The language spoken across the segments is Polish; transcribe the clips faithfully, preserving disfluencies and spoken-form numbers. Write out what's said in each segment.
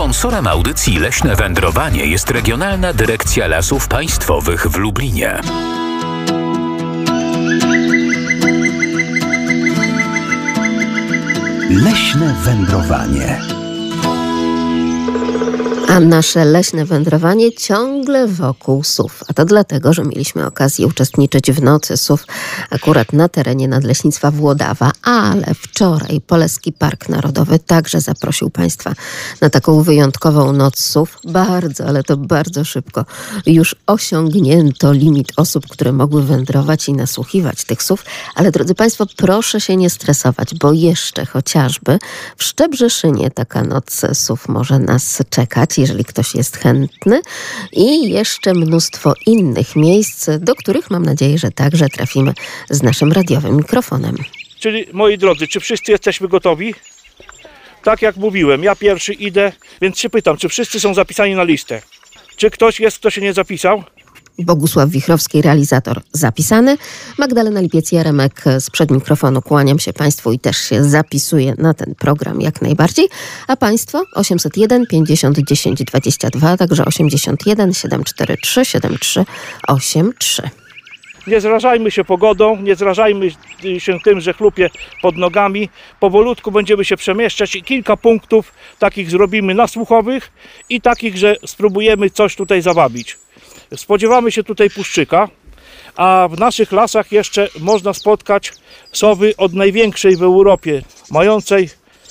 Sponsorem audycji Leśne Wędrowanie jest Regionalna Dyrekcja Lasów Państwowych w Lublinie. Leśne wędrowanie. A nasze leśne wędrowanie ciągle wokół S U W. A to dlatego, że mieliśmy okazję uczestniczyć w Nocy S U W akurat na terenie Nadleśnictwa Włodawa, ale wczoraj Poleski Park Narodowy także zaprosił Państwa na taką wyjątkową Noc S U W. Bardzo, ale to bardzo szybko już osiągnięto limit osób, które mogły wędrować i nasłuchiwać tych S U W. Ale drodzy Państwo, proszę się nie stresować, bo jeszcze chociażby w Szczebrzeszynie taka Noc S U W może nas czekać, jeżeli ktoś jest chętny, i jeszcze mnóstwo innych miejsc, do których mam nadzieję, że także trafimy z naszym radiowym mikrofonem. Czyli, moi drodzy, czy wszyscy jesteśmy gotowi? Tak jak mówiłem, ja pierwszy idę, więc się pytam, czy wszyscy są zapisani na listę? Czy ktoś jest, kto się nie zapisał? Bogusław Wichrowski, realizator, zapisany. Magdalena Lipiec-Jaremek sprzed mikrofonu. Kłaniam się Państwu i też się zapisuję na ten program jak najbardziej. A Państwo osiemset jeden pięćdziesiąt dziesięć dwadzieścia dwa, także osiemdziesiąt jeden siedemset czterdzieści trzy siedemdziesiąt trzy osiemdziesiąt trzy. Nie zrażajmy się pogodą, nie zrażajmy się tym, że chlupie pod nogami. Powolutku będziemy się przemieszczać i kilka punktów takich zrobimy nasłuchowych i takich, że spróbujemy coś tutaj zawabić. Spodziewamy się tutaj puszczyka, a w naszych lasach jeszcze można spotkać sowy od największej w Europie, mającej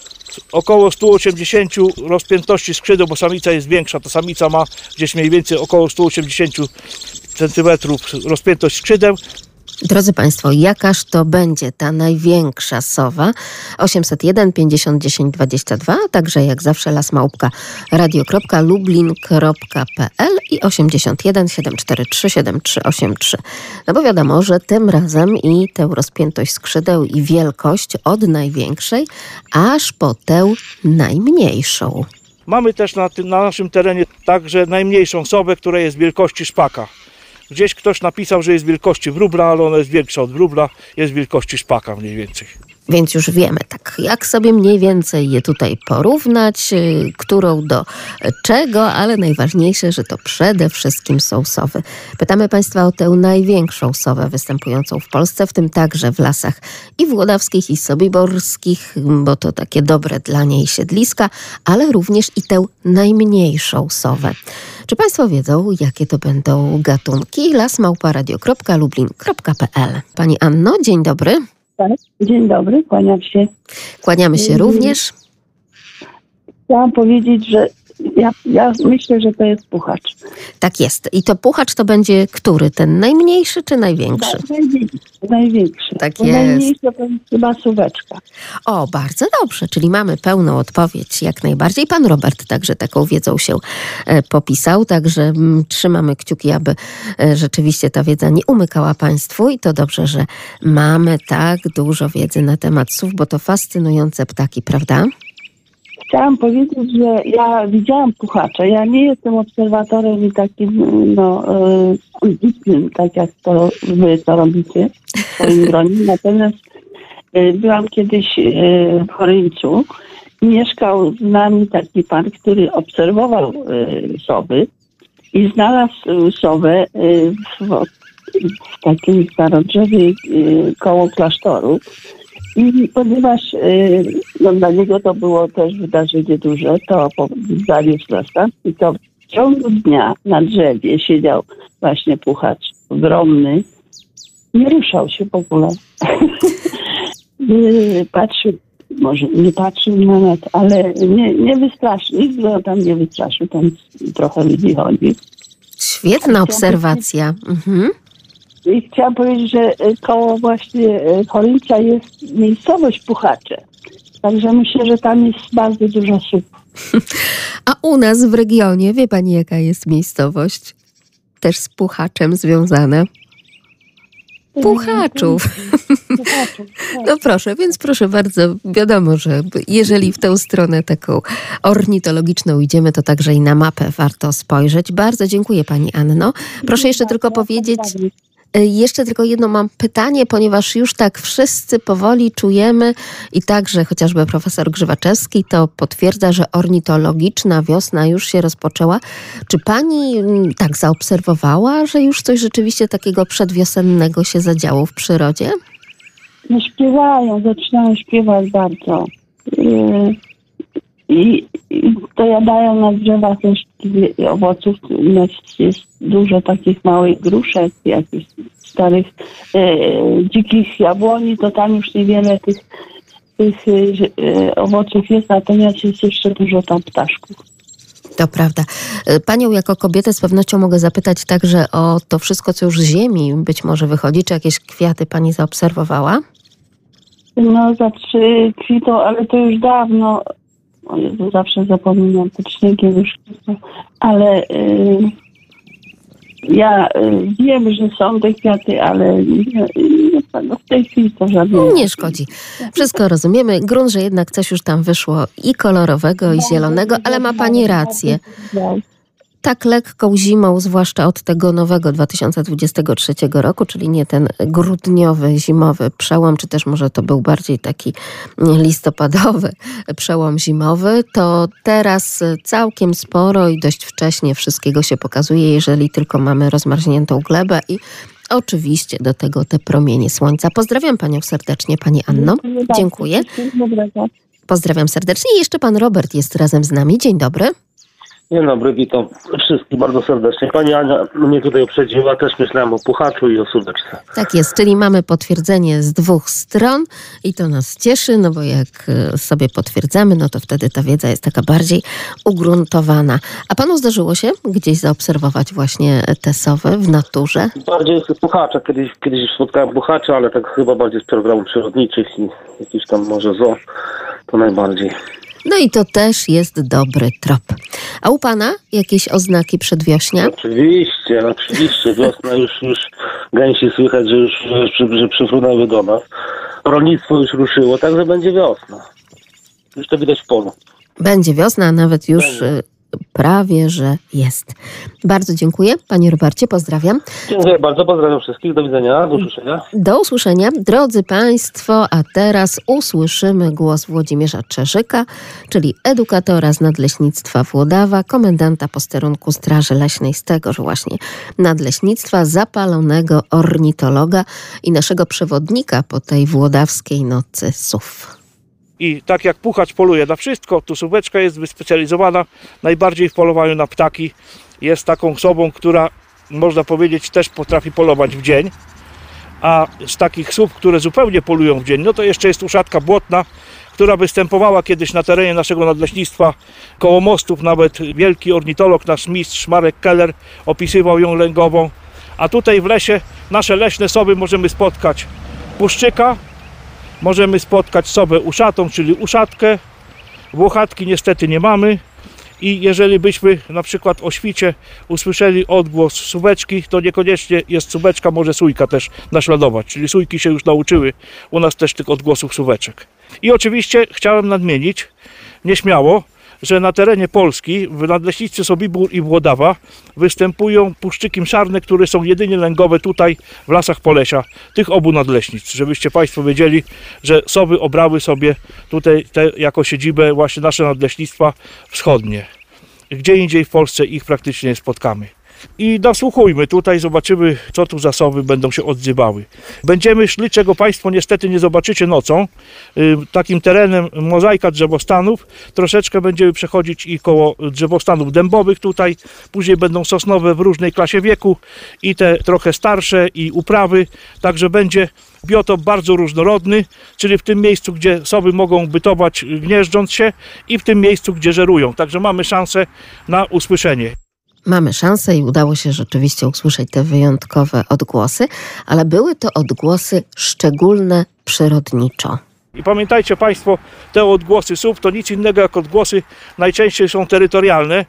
około sto osiemdziesiąt rozpiętości skrzydeł, bo samica jest większa, to samica ma gdzieś mniej więcej około sto osiemdziesiąt centymetrów rozpiętość skrzydeł. Drodzy Państwo, jakaż to będzie ta największa sowa? osiemset jeden pięćdziesiąt dziesięć dwadzieścia dwa, także jak zawsze lasmałpka radio kropka lublin kropka p l i osiemdziesiąt jeden siedemset czterdzieści trzy siedemdziesiąt trzy osiemdziesiąt trzy. No bo wiadomo, że tym razem i tę rozpiętość skrzydeł i wielkość od największej aż po tę najmniejszą. Mamy też na, tym, na naszym terenie także najmniejszą sowę, która jest wielkości szpaka. Gdzieś ktoś napisał, że jest wielkości wróbla, ale ona jest większa od wróbla, jest wielkości szpaka mniej więcej. Więc już wiemy, tak, jak sobie mniej więcej je tutaj porównać, yy, którą do czego, ale najważniejsze, że to przede wszystkim są sowy. Pytamy Państwa o tę największą sowę występującą w Polsce, w tym także w lasach i włodawskich, i sobiborskich, bo to takie dobre dla niej siedliska, ale również i tę najmniejszą sowę. Czy Państwo wiedzą, jakie to będą gatunki? lasmałpa radio kropka lublin kropka p l. Pani Anno, dzień dobry. Tak, dzień dobry, kłaniam się. Kłaniamy się również. Chciałam powiedzieć, że ja, ja myślę, że to jest puchacz. Tak jest. I to puchacz to będzie który? Ten najmniejszy czy największy? Tak, największy. największy. Tak Bo jest. Najmniejsza to jest chyba suweczka. O, bardzo dobrze, czyli mamy pełną odpowiedź jak najbardziej. Pan Robert także taką wiedzą się e, popisał, także m, trzymamy kciuki, aby e, rzeczywiście ta wiedza nie umykała Państwu i to dobrze, że mamy tak dużo wiedzy na temat S U W, bo to fascynujące ptaki, prawda? Chciałam powiedzieć, że ja widziałam puchacza. Ja nie jestem obserwatorem i takim, no, ambitnym, tak jak to wy to robicie w swoim gronie. Natomiast y, byłam kiedyś y, w Choryńcu i mieszkał z nami taki pan, który obserwował y, sowy i znalazł sowę y, w, w takim starodrzewie y, koło klasztoru. I ponieważ y, no, dla niego to było też wydarzenie duże, to zawiózł nas tam i to w ciągu dnia na drzewie siedział właśnie puchacz ogromny. Nie ruszał się w ogóle. Patrzył, może nie patrzył na nas, ale nie, nie wystraszył. Nic go tam nie wystraszył, tam trochę ludzi chodzi. Świetna obserwacja. Mhm. I chciałam powiedzieć, że koło właśnie Choryńca jest miejscowość Puchacze. Także myślę, że tam jest bardzo dużo sup. A u nas w regionie, wie Pani, jaka jest miejscowość? Też z Puchaczem związana. Puchaczów. No proszę, więc proszę bardzo, wiadomo, że jeżeli w tę stronę taką ornitologiczną idziemy, to także i na mapę warto spojrzeć. Bardzo dziękuję Pani Anno. Proszę jeszcze tylko powiedzieć... Jeszcze tylko jedno mam pytanie, ponieważ już tak wszyscy powoli czujemy i także chociażby profesor Grzywaczewski to potwierdza, że ornitologiczna wiosna już się rozpoczęła. Czy pani tak zaobserwowała, że już coś rzeczywiście takiego przedwiosennego się zadziało w przyrodzie? No śpiewają, zaczynają śpiewać bardzo. Yy, I, i dojadają na drzewach też owoców. Jest, jest dużo takich małych gruszek, jakichś starych yy, dzikich jabłoni, to tam już niewiele tych, tych yy, owoców jest, natomiast jest jeszcze dużo tam ptaszków. To prawda. Panią jako kobietę z pewnością mogę zapytać także o to wszystko, co już z ziemi być może wychodzi. Czy jakieś kwiaty pani zaobserwowała? No, znaczy kwitą, ale to już dawno. O Jezu, zawsze zapominam, pod śniegiem już kwitą. Ale y, ja y, wiem, że są te kwiaty, ale nie, nie, no w tej chwili to żadne. Nie szkodzi. Wszystko rozumiemy. Grunt, że jednak coś już tam wyszło i kolorowego, i zielonego, ale ma pani rację. Tak lekką zimą, zwłaszcza od tego nowego dwa tysiące dwudziestego trzeciego roku, czyli nie ten grudniowy, zimowy przełom, czy też może to był bardziej taki listopadowy przełom zimowy, to teraz całkiem sporo i dość wcześnie wszystkiego się pokazuje, jeżeli tylko mamy rozmarzniętą glebę i oczywiście do tego te promienie słońca. Pozdrawiam panią serdecznie, pani Anno. Dziękuję. Pozdrawiam serdecznie. I jeszcze pan Robert jest razem z nami. Dzień dobry. Dzień dobry, witam wszystkich bardzo serdecznie. Pani Ania mnie tutaj uprzedziła, też myślałem o puchaczu i o słóweczce. Tak jest, czyli mamy potwierdzenie z dwóch stron i to nas cieszy, no bo jak sobie potwierdzamy, no to wtedy ta wiedza jest taka bardziej ugruntowana. A panu zdarzyło się gdzieś zaobserwować właśnie te sowy w naturze? Bardziej puchacza, kiedyś, kiedyś spotkałem puchacza, ale tak chyba bardziej z programów przyrodniczych i jakiś tam może zoo, to najbardziej. No i to też jest dobry trop. A u pana jakieś oznaki przedwiośnia? Oczywiście, oczywiście. Wiosna już, już gęsi słychać, że już że, że przyfrunęły do nas. Rolnictwo już ruszyło, także będzie wiosna. Już to widać w polu. Będzie wiosna, a nawet już będzie. Prawie, że jest. Bardzo dziękuję. Panie Robercie, pozdrawiam. Dziękuję bardzo, pozdrawiam wszystkich. Do widzenia, do usłyszenia. Do usłyszenia. Drodzy Państwo, a teraz usłyszymy głos Włodzimierza Czerzyka, czyli edukatora z Nadleśnictwa Włodawa, komendanta posterunku Straży Leśnej z tegoż właśnie Nadleśnictwa, zapalonego ornitologa i naszego przewodnika po tej włodawskiej nocy sów. I tak jak puchacz poluje na wszystko, tu sóweczka jest wyspecjalizowana najbardziej w polowaniu na ptaki. Jest taką osobą, która można powiedzieć też potrafi polować w dzień. A z takich sów, które zupełnie polują w dzień, no to jeszcze jest uszatka błotna, która występowała kiedyś na terenie naszego nadleśnictwa koło mostów. Nawet wielki ornitolog, nasz mistrz Marek Keller opisywał ją lęgową. A tutaj w lesie nasze leśne sowy możemy spotkać puszczyka, możemy spotkać sowę uszatą, czyli uszatkę. Włochatki niestety nie mamy. I jeżeli byśmy na przykład o świcie usłyszeli odgłos sóweczki, to niekoniecznie jest sóweczka, może sójka też naśladować. Czyli sójki się już nauczyły u nas też tych odgłosów sóweczek. I oczywiście chciałem nadmienić nieśmiało, że na terenie Polski w Nadleśnictwie Sobibór i Włodawa występują puszczyki mszarne, które są jedynie lęgowe tutaj w lasach Polesia, tych obu nadleśnictw. Żebyście Państwo wiedzieli, że sowy obrały sobie tutaj te, jako siedzibę właśnie nasze nadleśnictwa wschodnie. Gdzie indziej w Polsce ich praktycznie nie spotkamy. I nasłuchujmy tutaj, zobaczymy, co tu za sowy będą się odzywały. Będziemy szli, czego Państwo niestety nie zobaczycie nocą, takim terenem mozaika drzewostanów. Troszeczkę będziemy przechodzić i koło drzewostanów dębowych tutaj. Później będą sosnowe w różnej klasie wieku i te trochę starsze i uprawy. Także będzie biotop bardzo różnorodny, czyli w tym miejscu, gdzie sowy mogą bytować gnieżdżąc się i w tym miejscu, gdzie żerują. Także mamy szansę na usłyszenie. Mamy szansę i udało się rzeczywiście usłyszeć te wyjątkowe odgłosy, ale były to odgłosy szczególne przyrodniczo. I pamiętajcie Państwo, te odgłosy słów to nic innego jak odgłosy najczęściej są terytorialne.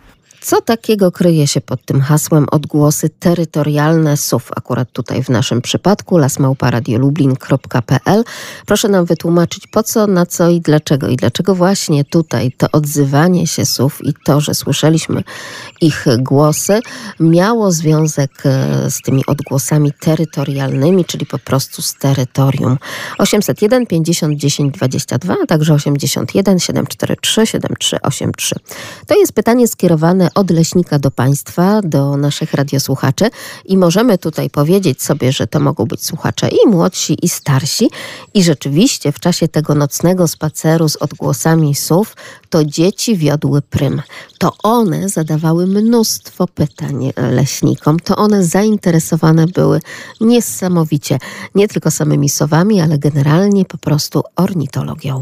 Co takiego kryje się pod tym hasłem odgłosy terytorialne S U V? Akurat tutaj w naszym przypadku las małpa radio lublin kropka p l. Proszę nam wytłumaczyć po co, na co i dlaczego. I dlaczego właśnie tutaj to odzywanie się S U V i to, że słyszeliśmy ich głosy, miało związek z tymi odgłosami terytorialnymi, czyli po prostu z terytorium. osiemset jeden pięćdziesiąt dziesięć dwadzieścia dwa, a także osiemdziesiąt jeden siedem cztery trzy siedem trzy osiem trzy. To jest pytanie skierowane od leśnika do państwa, do naszych radiosłuchaczy i możemy tutaj powiedzieć sobie, że to mogą być słuchacze i młodsi, i starsi. I rzeczywiście w czasie tego nocnego spaceru z odgłosami S U V to dzieci wiodły prym. To one zadawały mnóstwo pytań leśnikom. To one zainteresowane były niesamowicie nie tylko samymi sowami, ale generalnie po prostu ornitologią.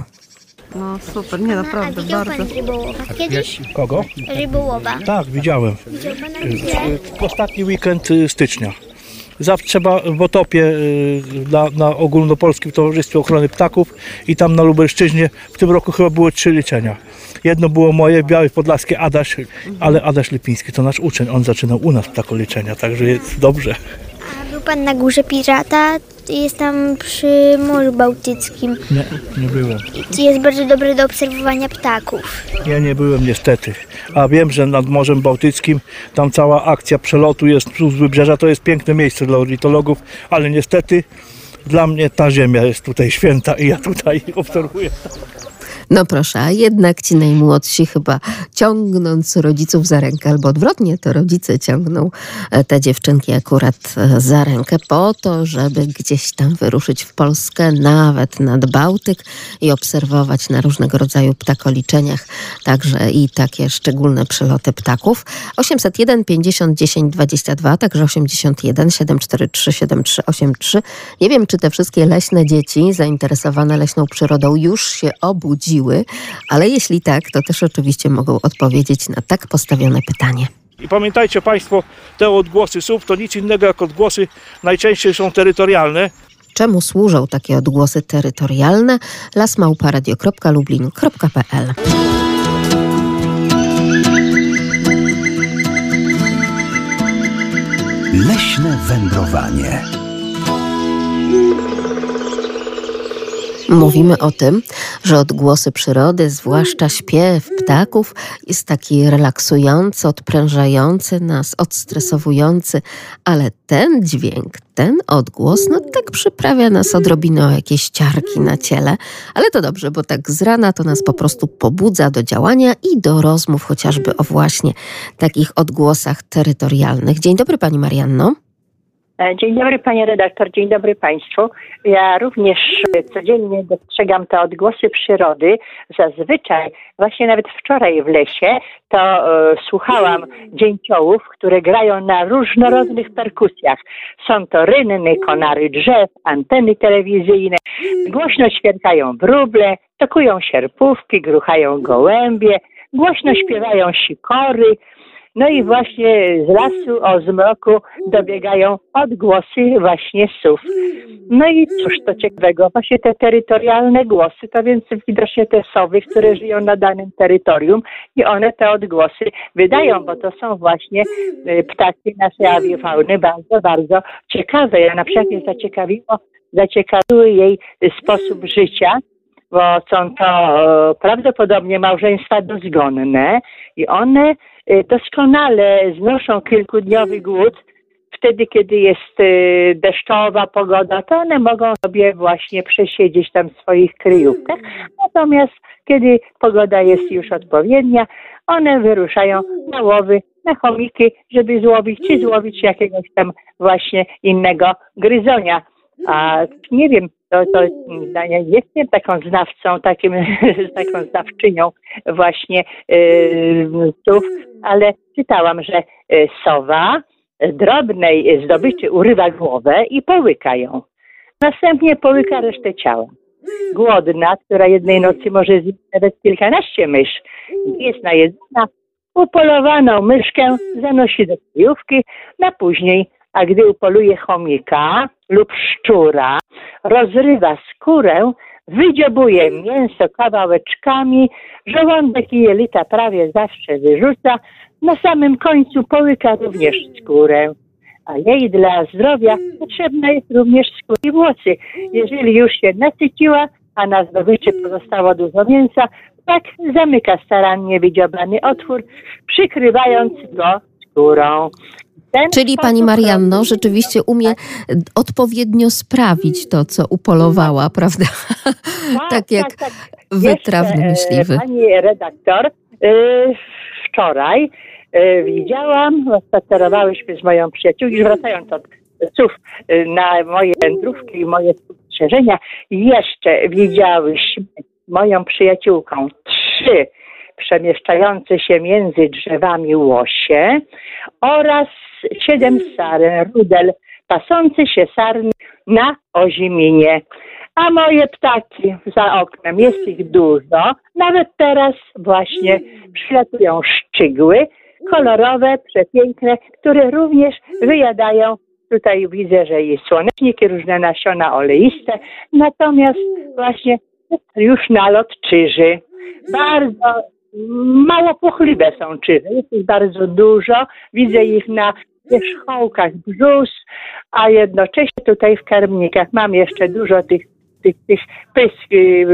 No super, nie naprawdę, A widział bardzo. pan rybołowa kiedyś? Kogo? Rybołowa. Tak, widziałem. Widział pan na gdzie? W ostatni weekend y, stycznia. Zawsze trzeba w Otopie y, na, na Ogólnopolskim Towarzystwie Ochrony Ptaków i tam na Lubelszczyźnie w tym roku chyba były trzy liczenia. Jedno było moje, Białej Podlaskiej, Adaś, ale Adaś Lipiński to nasz uczeń, on zaczynał u nas ptakoliczenia, także jest dobrze. A był pan na Górze Pirata? Jest tam przy Morzu Bałtyckim. Nie, nie byłem. I jest bardzo dobre do obserwowania ptaków. Ja nie byłem niestety, a wiem, że nad Morzem Bałtyckim tam cała akcja przelotu jest wzdłuż wybrzeża, to jest piękne miejsce dla ornitologów, ale niestety dla mnie ta ziemia jest tutaj święta i ja tutaj obserwuję. No proszę, a jednak ci najmłodsi chyba ciągnąc rodziców za rękę, albo odwrotnie, to rodzice ciągną te dziewczynki akurat za rękę po to, żeby gdzieś tam wyruszyć w Polskę, nawet nad Bałtyk i obserwować na różnego rodzaju ptakoliczeniach, także i takie szczególne przeloty ptaków. osiemset jeden pięćdziesiąt dziesięć dwadzieścia dwa, także osiemdziesiąt jeden siedem cztery trzy siedem trzy osiem trzy. Nie wiem, czy te wszystkie leśne dzieci zainteresowane leśną przyrodą już się obudziły, ale jeśli tak, to też oczywiście mogą odpowiedzieć na tak postawione pytanie. I pamiętajcie Państwo, te odgłosy S U V to nic innego jak odgłosy najczęściej są terytorialne. Czemu służą takie odgłosy terytorialne? las małpa radio kropka lublin kropka p l. Leśne wędrowanie. Mówimy o tym, że odgłosy przyrody, zwłaszcza śpiew ptaków, jest taki relaksujący, odprężający nas, odstresowujący, ale ten dźwięk, ten odgłos, no tak przyprawia nas odrobinę o jakieś ciarki na ciele, ale to dobrze, bo tak z rana to nas po prostu pobudza do działania i do rozmów chociażby o właśnie takich odgłosach terytorialnych. Dzień dobry Pani Marianno. Dzień dobry Panie redaktor, dzień dobry Państwu. Ja również codziennie dostrzegam te odgłosy przyrody. Zazwyczaj, właśnie nawet wczoraj w lesie, to e, słuchałam dzięciołów, które grają na różnorodnych perkusjach. Są to rynny, konary drzew, anteny telewizyjne. Głośno ćwierkają wróble, tokują sierpówki, gruchają gołębie, głośno śpiewają sikory. No i właśnie z lasu o zmroku dobiegają odgłosy właśnie S U V. No i cóż to ciekawego, właśnie te terytorialne głosy, to więc widocznie te sowy, które żyją na danym terytorium i one te odgłosy wydają, bo to są właśnie ptaki naszej awiofauny bardzo, bardzo ciekawe. Ja na przykład mnie zaciekawiło, zaciekawiły jej sposób życia, bo są to prawdopodobnie małżeństwa dozgonne i one doskonale znoszą kilkudniowy głód. Wtedy, kiedy jest deszczowa pogoda, to one mogą sobie właśnie przesiedzieć tam w swoich kryjówkach. Natomiast kiedy pogoda jest już odpowiednia, one wyruszają na łowy, na chomiki, żeby złowić, czy złowić jakiegoś tam właśnie innego gryzonia. A nie wiem, to, to ja nie jestem taką znawcą, takim, taką znawczynią właśnie yy, słów, ale czytałam, że sowa drobnej zdobyczy urywa głowę i połyka ją. Następnie połyka resztę ciała. Głodna, która jednej nocy może zjeść nawet kilkanaście mysz, jest najedzona, upolowaną myszkę zanosi do kryjówki na później, a gdy upoluje chomika lub szczura, rozrywa skórę wydziobuje mięso kawałeczkami, żołądek i jelita prawie zawsze wyrzuca, na samym końcu połyka również skórę. A jej dla zdrowia potrzebna jest również skóra i włosy. Jeżeli już się nasyciła, a na zdobyczy pozostało dużo mięsa, tak zamyka starannie wydziobany otwór, przykrywając go skórą. Ten Czyli pani Marianno rzeczywiście umie odpowiednio sprawić to, co upolowała, prawda? Tak, tak jak tak, tak. wytrawny Jeszcze, myśliwy. Pani redaktor, yy, wczoraj yy, widziałam, spacerowałyśmy z moją przyjaciółką, już wracając od psów yy, na moje wędrówki i moje spostrzeżenia, jeszcze widziałyśmy moją przyjaciółką trzy przemieszczające się między drzewami łosie oraz siedem saren, rudel, pasący się sarny na oziminie. A moje ptaki za oknem, jest ich dużo. Nawet teraz właśnie przylatują szczygły, kolorowe, przepiękne, które również wyjadają. Tutaj widzę, że i słoneczniki, różne nasiona oleiste. Natomiast właśnie już nalot czyży. Bardzo mało płochliwe są czyże. Jest ich bardzo dużo. Widzę ich na wierzchołkach brzus, a jednocześnie tutaj w karmnikach mam jeszcze dużo tych, tych, tych pysk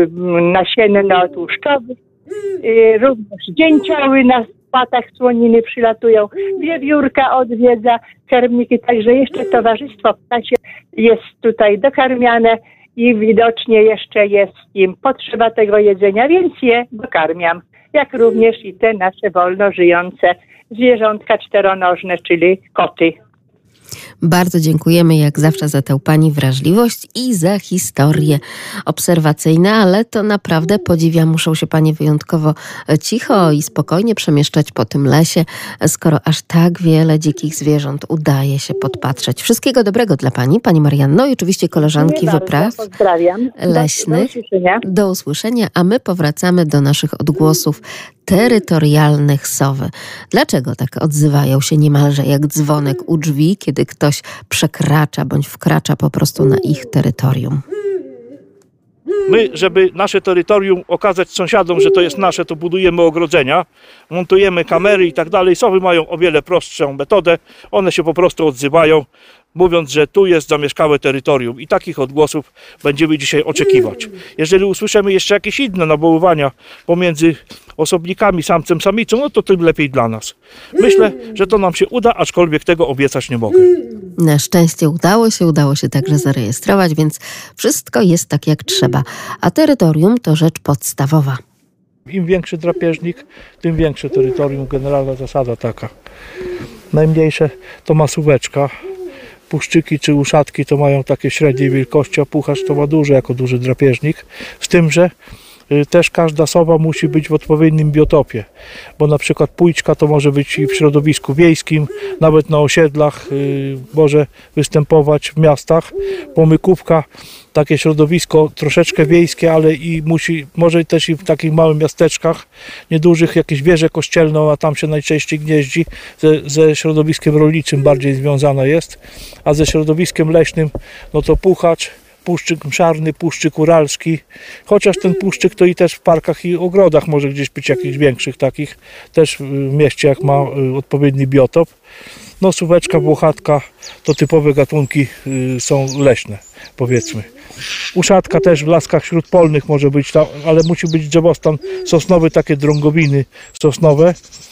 nasienno-tłuszczowych. Również dzięcioły na płatach słoniny przylatują. Wiewiórka odwiedza karmniki, także jeszcze towarzystwo ptasie jest tutaj dokarmiane i widocznie jeszcze jest im potrzeba tego jedzenia, więc je dokarmiam. Jak również i te nasze wolno żyjące zwierzątka czteronożne, czyli koty. Bardzo dziękujemy jak zawsze za tę pani wrażliwość i za historie obserwacyjne, ale to naprawdę podziwiam, muszą się panie wyjątkowo cicho i spokojnie przemieszczać po tym lesie, skoro aż tak wiele dzikich zwierząt udaje się podpatrzeć. Wszystkiego dobrego dla pani, pani Marianno i oczywiście koleżanki wypraw pozdrawiam. leśnych. Do, do usłyszenia. Do usłyszenia, a my powracamy do naszych odgłosów terytorialnych sowy. Dlaczego tak odzywają się niemalże jak dzwonek u drzwi, kiedy ktoś przekracza bądź wkracza po prostu na ich terytorium? My, żeby nasze terytorium okazać sąsiadom, że to jest nasze, to budujemy ogrodzenia, montujemy kamery i tak dalej. Sowy mają o wiele prostszą metodę. One się po prostu odzywają, mówiąc, że tu jest zamieszkałe terytorium. I takich odgłosów będziemy dzisiaj oczekiwać. Jeżeli usłyszymy jeszcze jakieś inne nawoływania pomiędzy osobnikami, samcem, samicą, no to tym lepiej dla nas. Myślę, że to nam się uda, aczkolwiek tego obiecać nie mogę. Na szczęście udało się, udało się także zarejestrować, więc wszystko jest tak jak trzeba. A terytorium to rzecz podstawowa. Im większy drapieżnik, tym większe terytorium. Generalna zasada taka. Najmniejsze to masóweczka. Puszczyki czy uszatki to mają takie średniej wielkości, a puchacz to ma duży jako duży drapieżnik. Z tym, że też każda sowa musi być w odpowiednim biotopie, bo na przykład pójczka to może być i w środowisku wiejskim, nawet na osiedlach yy, może występować w miastach. Pomykówka, takie środowisko troszeczkę wiejskie, ale i musi, może też i w takich małych miasteczkach niedużych, jakieś wieże kościelne, a tam się najczęściej gnieździ, ze, ze środowiskiem rolniczym bardziej związana jest, a ze środowiskiem leśnym no to puchacz, puszczyk mszarny, puszczyk uralski, chociaż ten puszczyk to i też w parkach i ogrodach może gdzieś być jakichś większych takich, też w mieście jak ma odpowiedni biotop. No suweczka, włochatka to typowe gatunki są leśne, powiedzmy. Uszatka też w laskach śródpolnych może być, ale musi być drzewostan sosnowy, takie drągowiny sosnowe.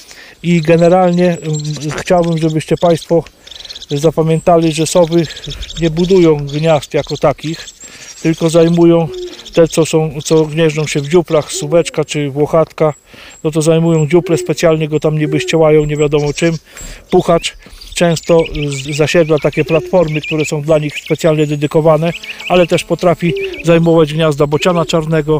I generalnie chciałbym, żebyście Państwo zapamiętali, że sowy nie budują gniazd jako takich, tylko zajmują te, co, są, co gnieżdżą się w dziuplach, suweczka czy włochatka, no to zajmują dziuple, specjalnie go tam niby ściełają, nie wiadomo czym. Puchacz często zasiedla takie platformy, które są dla nich specjalnie dedykowane, ale też potrafi zajmować gniazda bociana czarnego,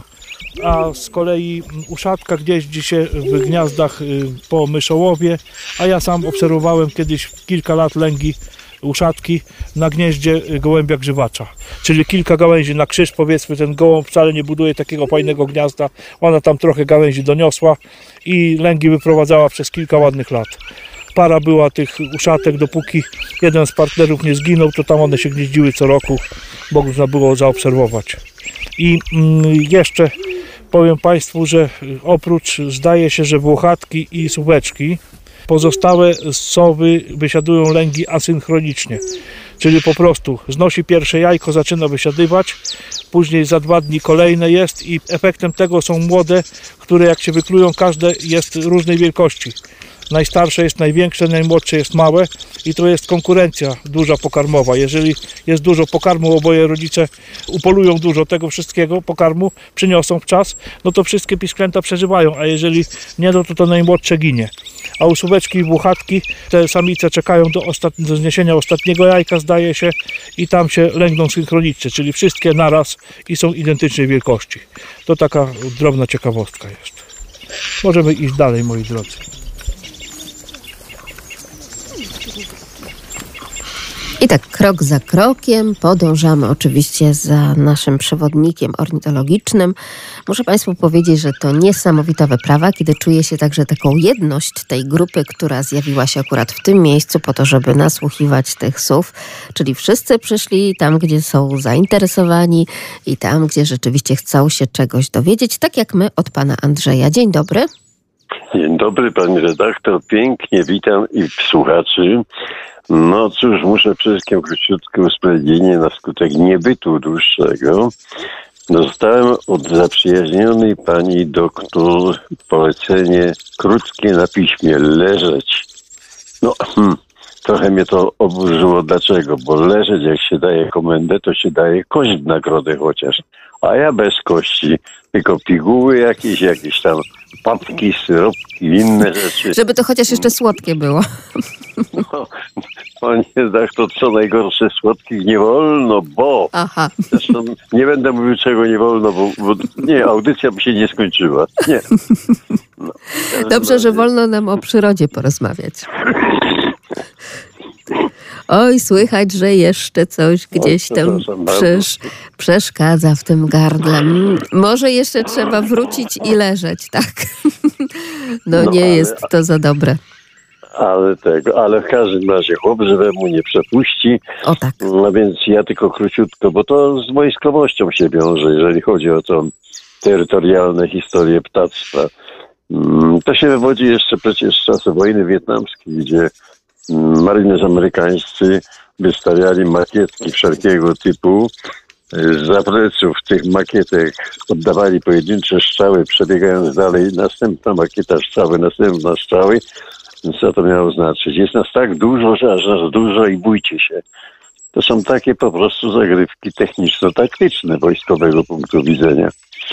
a z kolei uszatka gnieździ się w gniazdach po myszołowie, a ja sam obserwowałem kiedyś kilka lat lęgi uszatki na gnieździe gołębia grzywacza, czyli kilka gałęzi na krzyż, powiedzmy, ten gołąb wcale nie buduje takiego fajnego gniazda, ona tam trochę gałęzi doniosła i lęgi wyprowadzała przez kilka ładnych lat. Para była tych uszatek, dopóki jeden z partnerów nie zginął, to tam one się gnieździły co roku, bo można było zaobserwować. I jeszcze powiem Państwu, że oprócz, zdaje się, że włochatki i suweczki, pozostałe sowy wysiadują lęgi asynchronicznie. Czyli po prostu znosi pierwsze jajko, zaczyna wysiadywać, później za dwa dni kolejne jest i efektem tego są młode, które jak się wyklują, każde jest różnej wielkości. Najstarsze jest największe, najmłodsze jest małe i to jest konkurencja duża pokarmowa. Jeżeli jest dużo pokarmu, oboje rodzice upolują dużo tego wszystkiego pokarmu, przyniosą w czas, no to wszystkie pisklęta przeżywają, a jeżeli nie, no to to najmłodsze ginie. A u suweczki i włochatki te samice czekają do, ostat... do zniesienia ostatniego jajka, zdaje się, i tam się lęgną synchronicznie, czyli wszystkie naraz i są identycznej wielkości. To taka drobna ciekawostka jest. Możemy iść dalej, moi drodzy. I tak krok za krokiem podążamy oczywiście za naszym przewodnikiem ornitologicznym. Muszę Państwu powiedzieć, że to niesamowita wyprawa, kiedy czuje się także taką jedność tej grupy, która zjawiła się akurat w tym miejscu po to, żeby nasłuchiwać tych sów. Czyli wszyscy przyszli tam, gdzie są zainteresowani i tam, gdzie rzeczywiście chcą się czegoś dowiedzieć, tak jak my od pana Andrzeja. Dzień dobry. Dzień dobry, pani redaktor. Pięknie witam i słuchaczy. No cóż, muszę przede wszystkim króciutkie usprawiedliwienie na skutek niebytu dłuższego. Dostałem od zaprzyjaźnionej pani doktor polecenie krótkie na piśmie, leżeć. No, hmm, trochę mnie to oburzyło. Dlaczego? Bo leżeć, jak się daje komendę, to się daje kość w nagrodę chociaż. A ja bez kości, tylko piguły jakieś, jakieś tam papki, syropki, inne rzeczy. Żeby to chociaż jeszcze słodkie było. No, panie redaktor, co najgorsze, słodkich nie wolno, bo... Aha. Zresztą nie będę mówił, czego nie wolno, bo, bo nie, audycja by się nie skończyła. Nie. No, dobrze, że wolno nam o przyrodzie porozmawiać. Oj, słychać, że jeszcze coś gdzieś tam przesz, przeszkadza w tym gardle. Może jeszcze trzeba wrócić i leżeć, tak? No, no nie ale, jest to za dobre. Ale tego, ale w każdym razie chłop żywemu nie przepuści. O tak. No więc ja tylko króciutko, bo to z wojskowością się wiąże, jeżeli chodzi o tą terytorialne historię ptactwa. To się wywodzi jeszcze przecież z czasów wojny wietnamskiej, gdzie marynarze amerykańscy wystawiali makietki wszelkiego typu. Za pleców tych makietek oddawali pojedyncze strzały, przebiegając dalej następna makieta strzały, następna strzały. Co to miało znaczyć? Jest nas tak dużo, że aż nas dużo i bójcie się. To są takie po prostu zagrywki techniczno-taktyczne wojskowego punktu widzenia.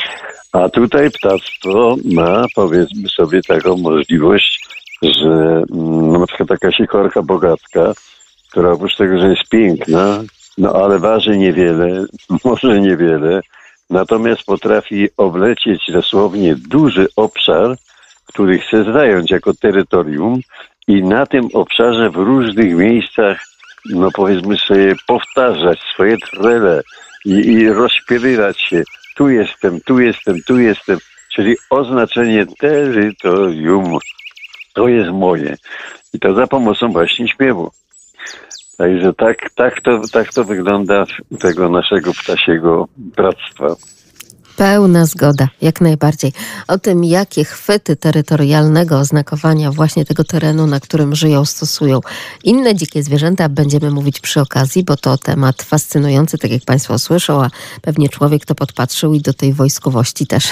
A tutaj ptactwo ma, powiedzmy sobie, taką możliwość, że no, na przykład taka sikorka bogatka, która oprócz tego, że jest piękna, no ale waży niewiele, może niewiele, natomiast potrafi oblecieć dosłownie duży obszar, który chce zająć jako terytorium i na tym obszarze w różnych miejscach, no powiedzmy sobie, powtarzać swoje trele i, i rozśpiewywać się. Tu jestem, tu jestem, tu jestem, czyli oznaczenie terytorium. To jest moje. I to za pomocą właśnie śpiewu. Także tak, tak, to, tak to wygląda u tego naszego ptasiego bractwa. Pełna zgoda, jak najbardziej. O tym, jakie chwyty terytorialnego oznakowania właśnie tego terenu, na którym żyją, stosują inne dzikie zwierzęta, będziemy mówić przy okazji, bo to temat fascynujący, tak jak Państwo słyszą, a pewnie człowiek to podpatrzył i do tej wojskowości też,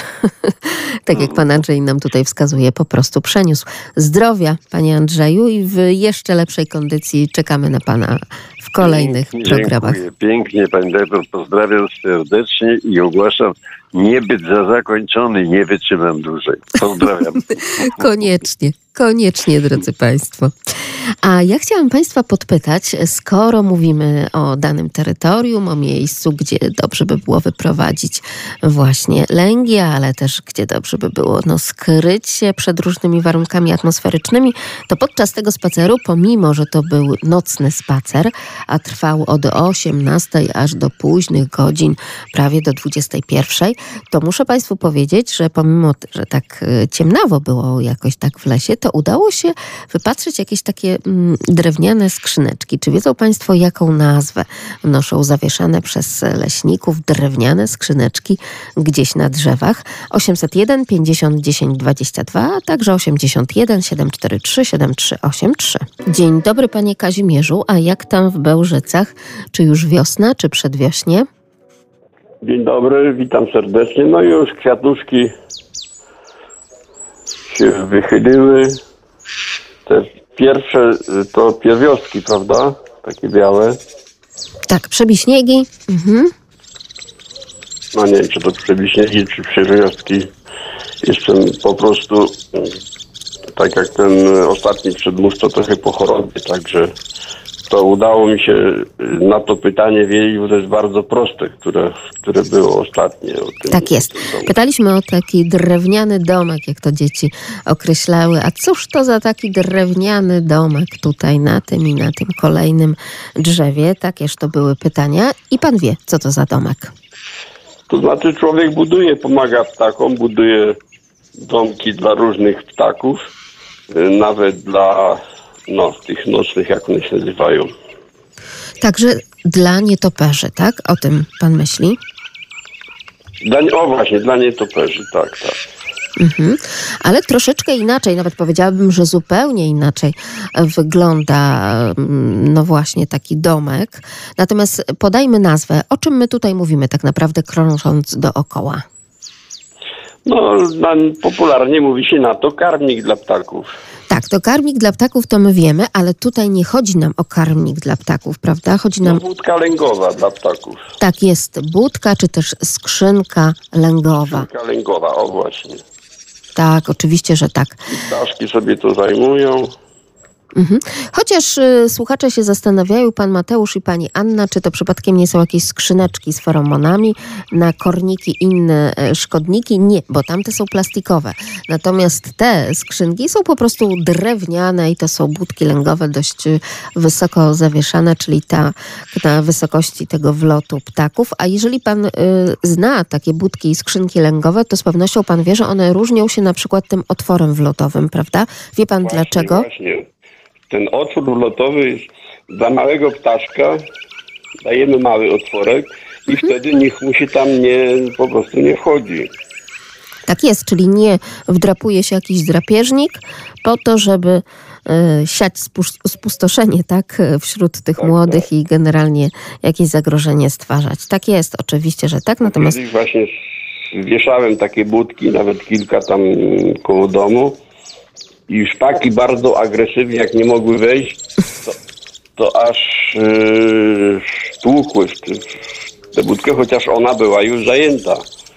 tak jak Pan Andrzej nam tutaj wskazuje, po prostu przeniósł. Zdrowia, Panie Andrzeju, i w jeszcze lepszej kondycji czekamy na Pana w kolejnych Dziękuję, programach. Pięknie, Pani dyrektor, pozdrawiam serdecznie i ogłaszam niebyt za zakończony, nie wytrzymam dłużej. Pozdrawiam. Koniecznie, koniecznie, drodzy Państwo. A ja chciałam Państwa podpytać, skoro mówimy o danym terytorium, o miejscu, gdzie dobrze by było wyprowadzić właśnie lęgi, ale też gdzie dobrze by było no, skryć się przed różnymi warunkami atmosferycznymi, to podczas tego spaceru, pomimo że to był nocny spacer, a trwał od osiemnastej aż do późnych godzin, prawie do dwudziestej pierwszej, to muszę Państwu powiedzieć, że pomimo, że tak ciemnawo było jakoś tak w lesie, to udało się wypatrzeć jakieś takie mm, drewniane skrzyneczki. Czy wiedzą Państwo, jaką nazwę noszą zawieszane przez leśników drewniane skrzyneczki gdzieś na drzewach? osiemset jeden pięćdziesiąt dziesięć dwadzieścia dwa, a także osiemdziesiąt jeden siedemset czterdzieści trzy siedem trzy osiem trzy. Dzień dobry, panie Kazimierzu. A jak tam w Bełżycach? Czy już wiosna, czy przedwiośnie? Dzień dobry, witam serdecznie. No już kwiatuszki się wychyliły. Te pierwsze to pierwiostki, prawda? Takie białe. Tak, przebiśniegi. Mhm. No nie wiem, czy to przebiśniegi, czy pierwiostki. Jestem po prostu, tak jak ten ostatni przedmówca, trochę po chorobie, także to udało mi się na to pytanie wiedzieć, bo to jest bardzo proste, które, które było ostatnie. O tym, tak jest. Pytaliśmy o taki drewniany domek, jak to dzieci określały. A cóż to za taki drewniany domek tutaj na tym i na tym kolejnym drzewie? Takież to były pytania. I pan wie, co to za domek? To znaczy człowiek buduje, pomaga ptakom, buduje domki dla różnych ptaków, nawet dla no, tych nocnych, jak one się nazywają. Także dla nietoperzy, tak? O tym pan myśli? Dla, o właśnie, dla nietoperzy, tak, tak. Mhm. Ale troszeczkę inaczej, nawet powiedziałabym, że zupełnie inaczej wygląda no właśnie taki domek. Natomiast podajmy nazwę. O czym my tutaj mówimy tak naprawdę, krążąc dookoła? No, popularnie mówi się na to karmnik dla ptaków. Tak, to karmnik dla ptaków to my wiemy, ale tutaj nie chodzi nam o karmnik dla ptaków, prawda? Chodzi nam... No, budka lęgowa dla ptaków. Tak, jest budka, czy też skrzynka lęgowa. Skrzynka lęgowa, o właśnie. Tak, oczywiście, że tak. I ptaszki sobie to zajmują. Mhm. Chociaż y, słuchacze się zastanawiają, pan Mateusz i pani Anna, czy to przypadkiem nie są jakieś skrzyneczki z feromonami na korniki i inne y, szkodniki? Nie, bo tamte są plastikowe. Natomiast te skrzynki są po prostu drewniane i to są budki lęgowe dość y, wysoko zawieszane, czyli ta na wysokości tego wlotu ptaków. A jeżeli pan y, zna takie budki i skrzynki lęgowe, to z pewnością pan wie, że one różnią się na przykład tym otworem wlotowym, prawda? Wie pan właśnie, dlaczego? Właśnie. Ten otwór wlotowy dla małego ptaszka dajemy mały otworek i mhm. wtedy nikt mu się tam nie, po prostu nie wchodzi. Tak jest, czyli nie wdrapuje się jakiś drapieżnik po to, żeby y, siać spustoszenie tak, wśród tych tak, młodych tak. i generalnie jakieś zagrożenie stwarzać. Tak jest, oczywiście, że tak. Natomiast Kiedyś właśnie wieszałem takie budki, nawet kilka tam koło domu. I szpaki bardzo agresywnie, jak nie mogły wejść, to, to aż yy, tłukły w tę budkę, chociaż ona była już zajęta.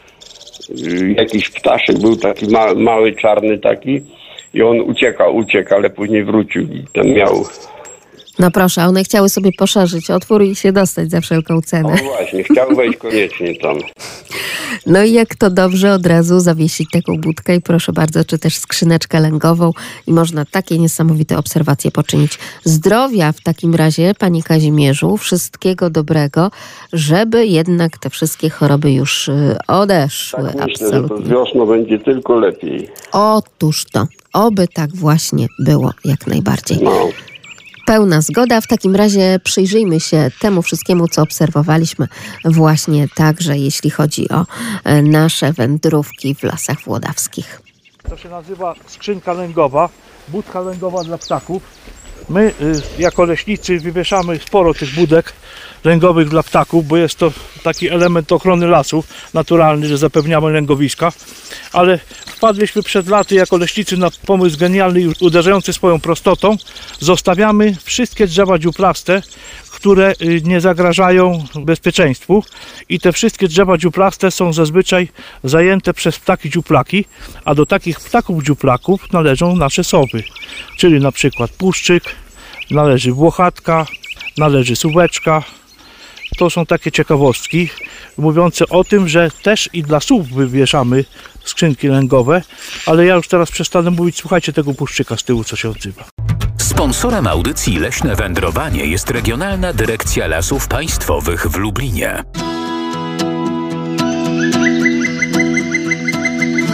Yy, jakiś ptaszek był taki ma, mały, czarny taki i on uciekał, uciekał, ale później wrócił i tam miał... No proszę, one chciały sobie poszerzyć otwór i się dostać za wszelką cenę. No właśnie, chciał wejść koniecznie tam. No i jak to dobrze od razu zawiesić taką budkę i proszę bardzo, czy też skrzyneczkę lęgową i można takie niesamowite obserwacje poczynić. Zdrowia w takim razie, panie Kazimierzu, wszystkiego dobrego, żeby jednak te wszystkie choroby już odeszły. Tak, myślę, absolutnie. że to z wiosną będzie tylko lepiej. Otóż to, oby tak właśnie było jak najbardziej. No. Pełna zgoda. W takim razie przyjrzyjmy się temu wszystkiemu, co obserwowaliśmy właśnie także, jeśli chodzi o nasze wędrówki w lasach włodawskich. To się nazywa skrzynka lęgowa, budka lęgowa dla ptaków. My jako leśnicy wywieszamy sporo tych budek lęgowych dla ptaków, bo jest to taki element ochrony lasów naturalny, że zapewniamy lęgowiska. Ale wpadliśmy przed laty jako leśnicy na pomysł genialny i uderzający swoją prostotą. Zostawiamy wszystkie drzewa dziuplaste, które nie zagrażają bezpieczeństwu i te wszystkie drzewa dziuplaste są zazwyczaj zajęte przez ptaki dziuplaki, a do takich ptaków dziuplaków należą nasze sowy, czyli na przykład puszczyk, należy włochatka, należy suweczka. To są takie ciekawostki mówiące o tym, że też i dla sów wywieszamy skrzynki lęgowe, ale ja już teraz przestanę mówić, słuchajcie tego puszczyka z tyłu, co się odzywa. Sponsorem audycji Leśne Wędrowanie jest Regionalna Dyrekcja Lasów Państwowych w Lublinie.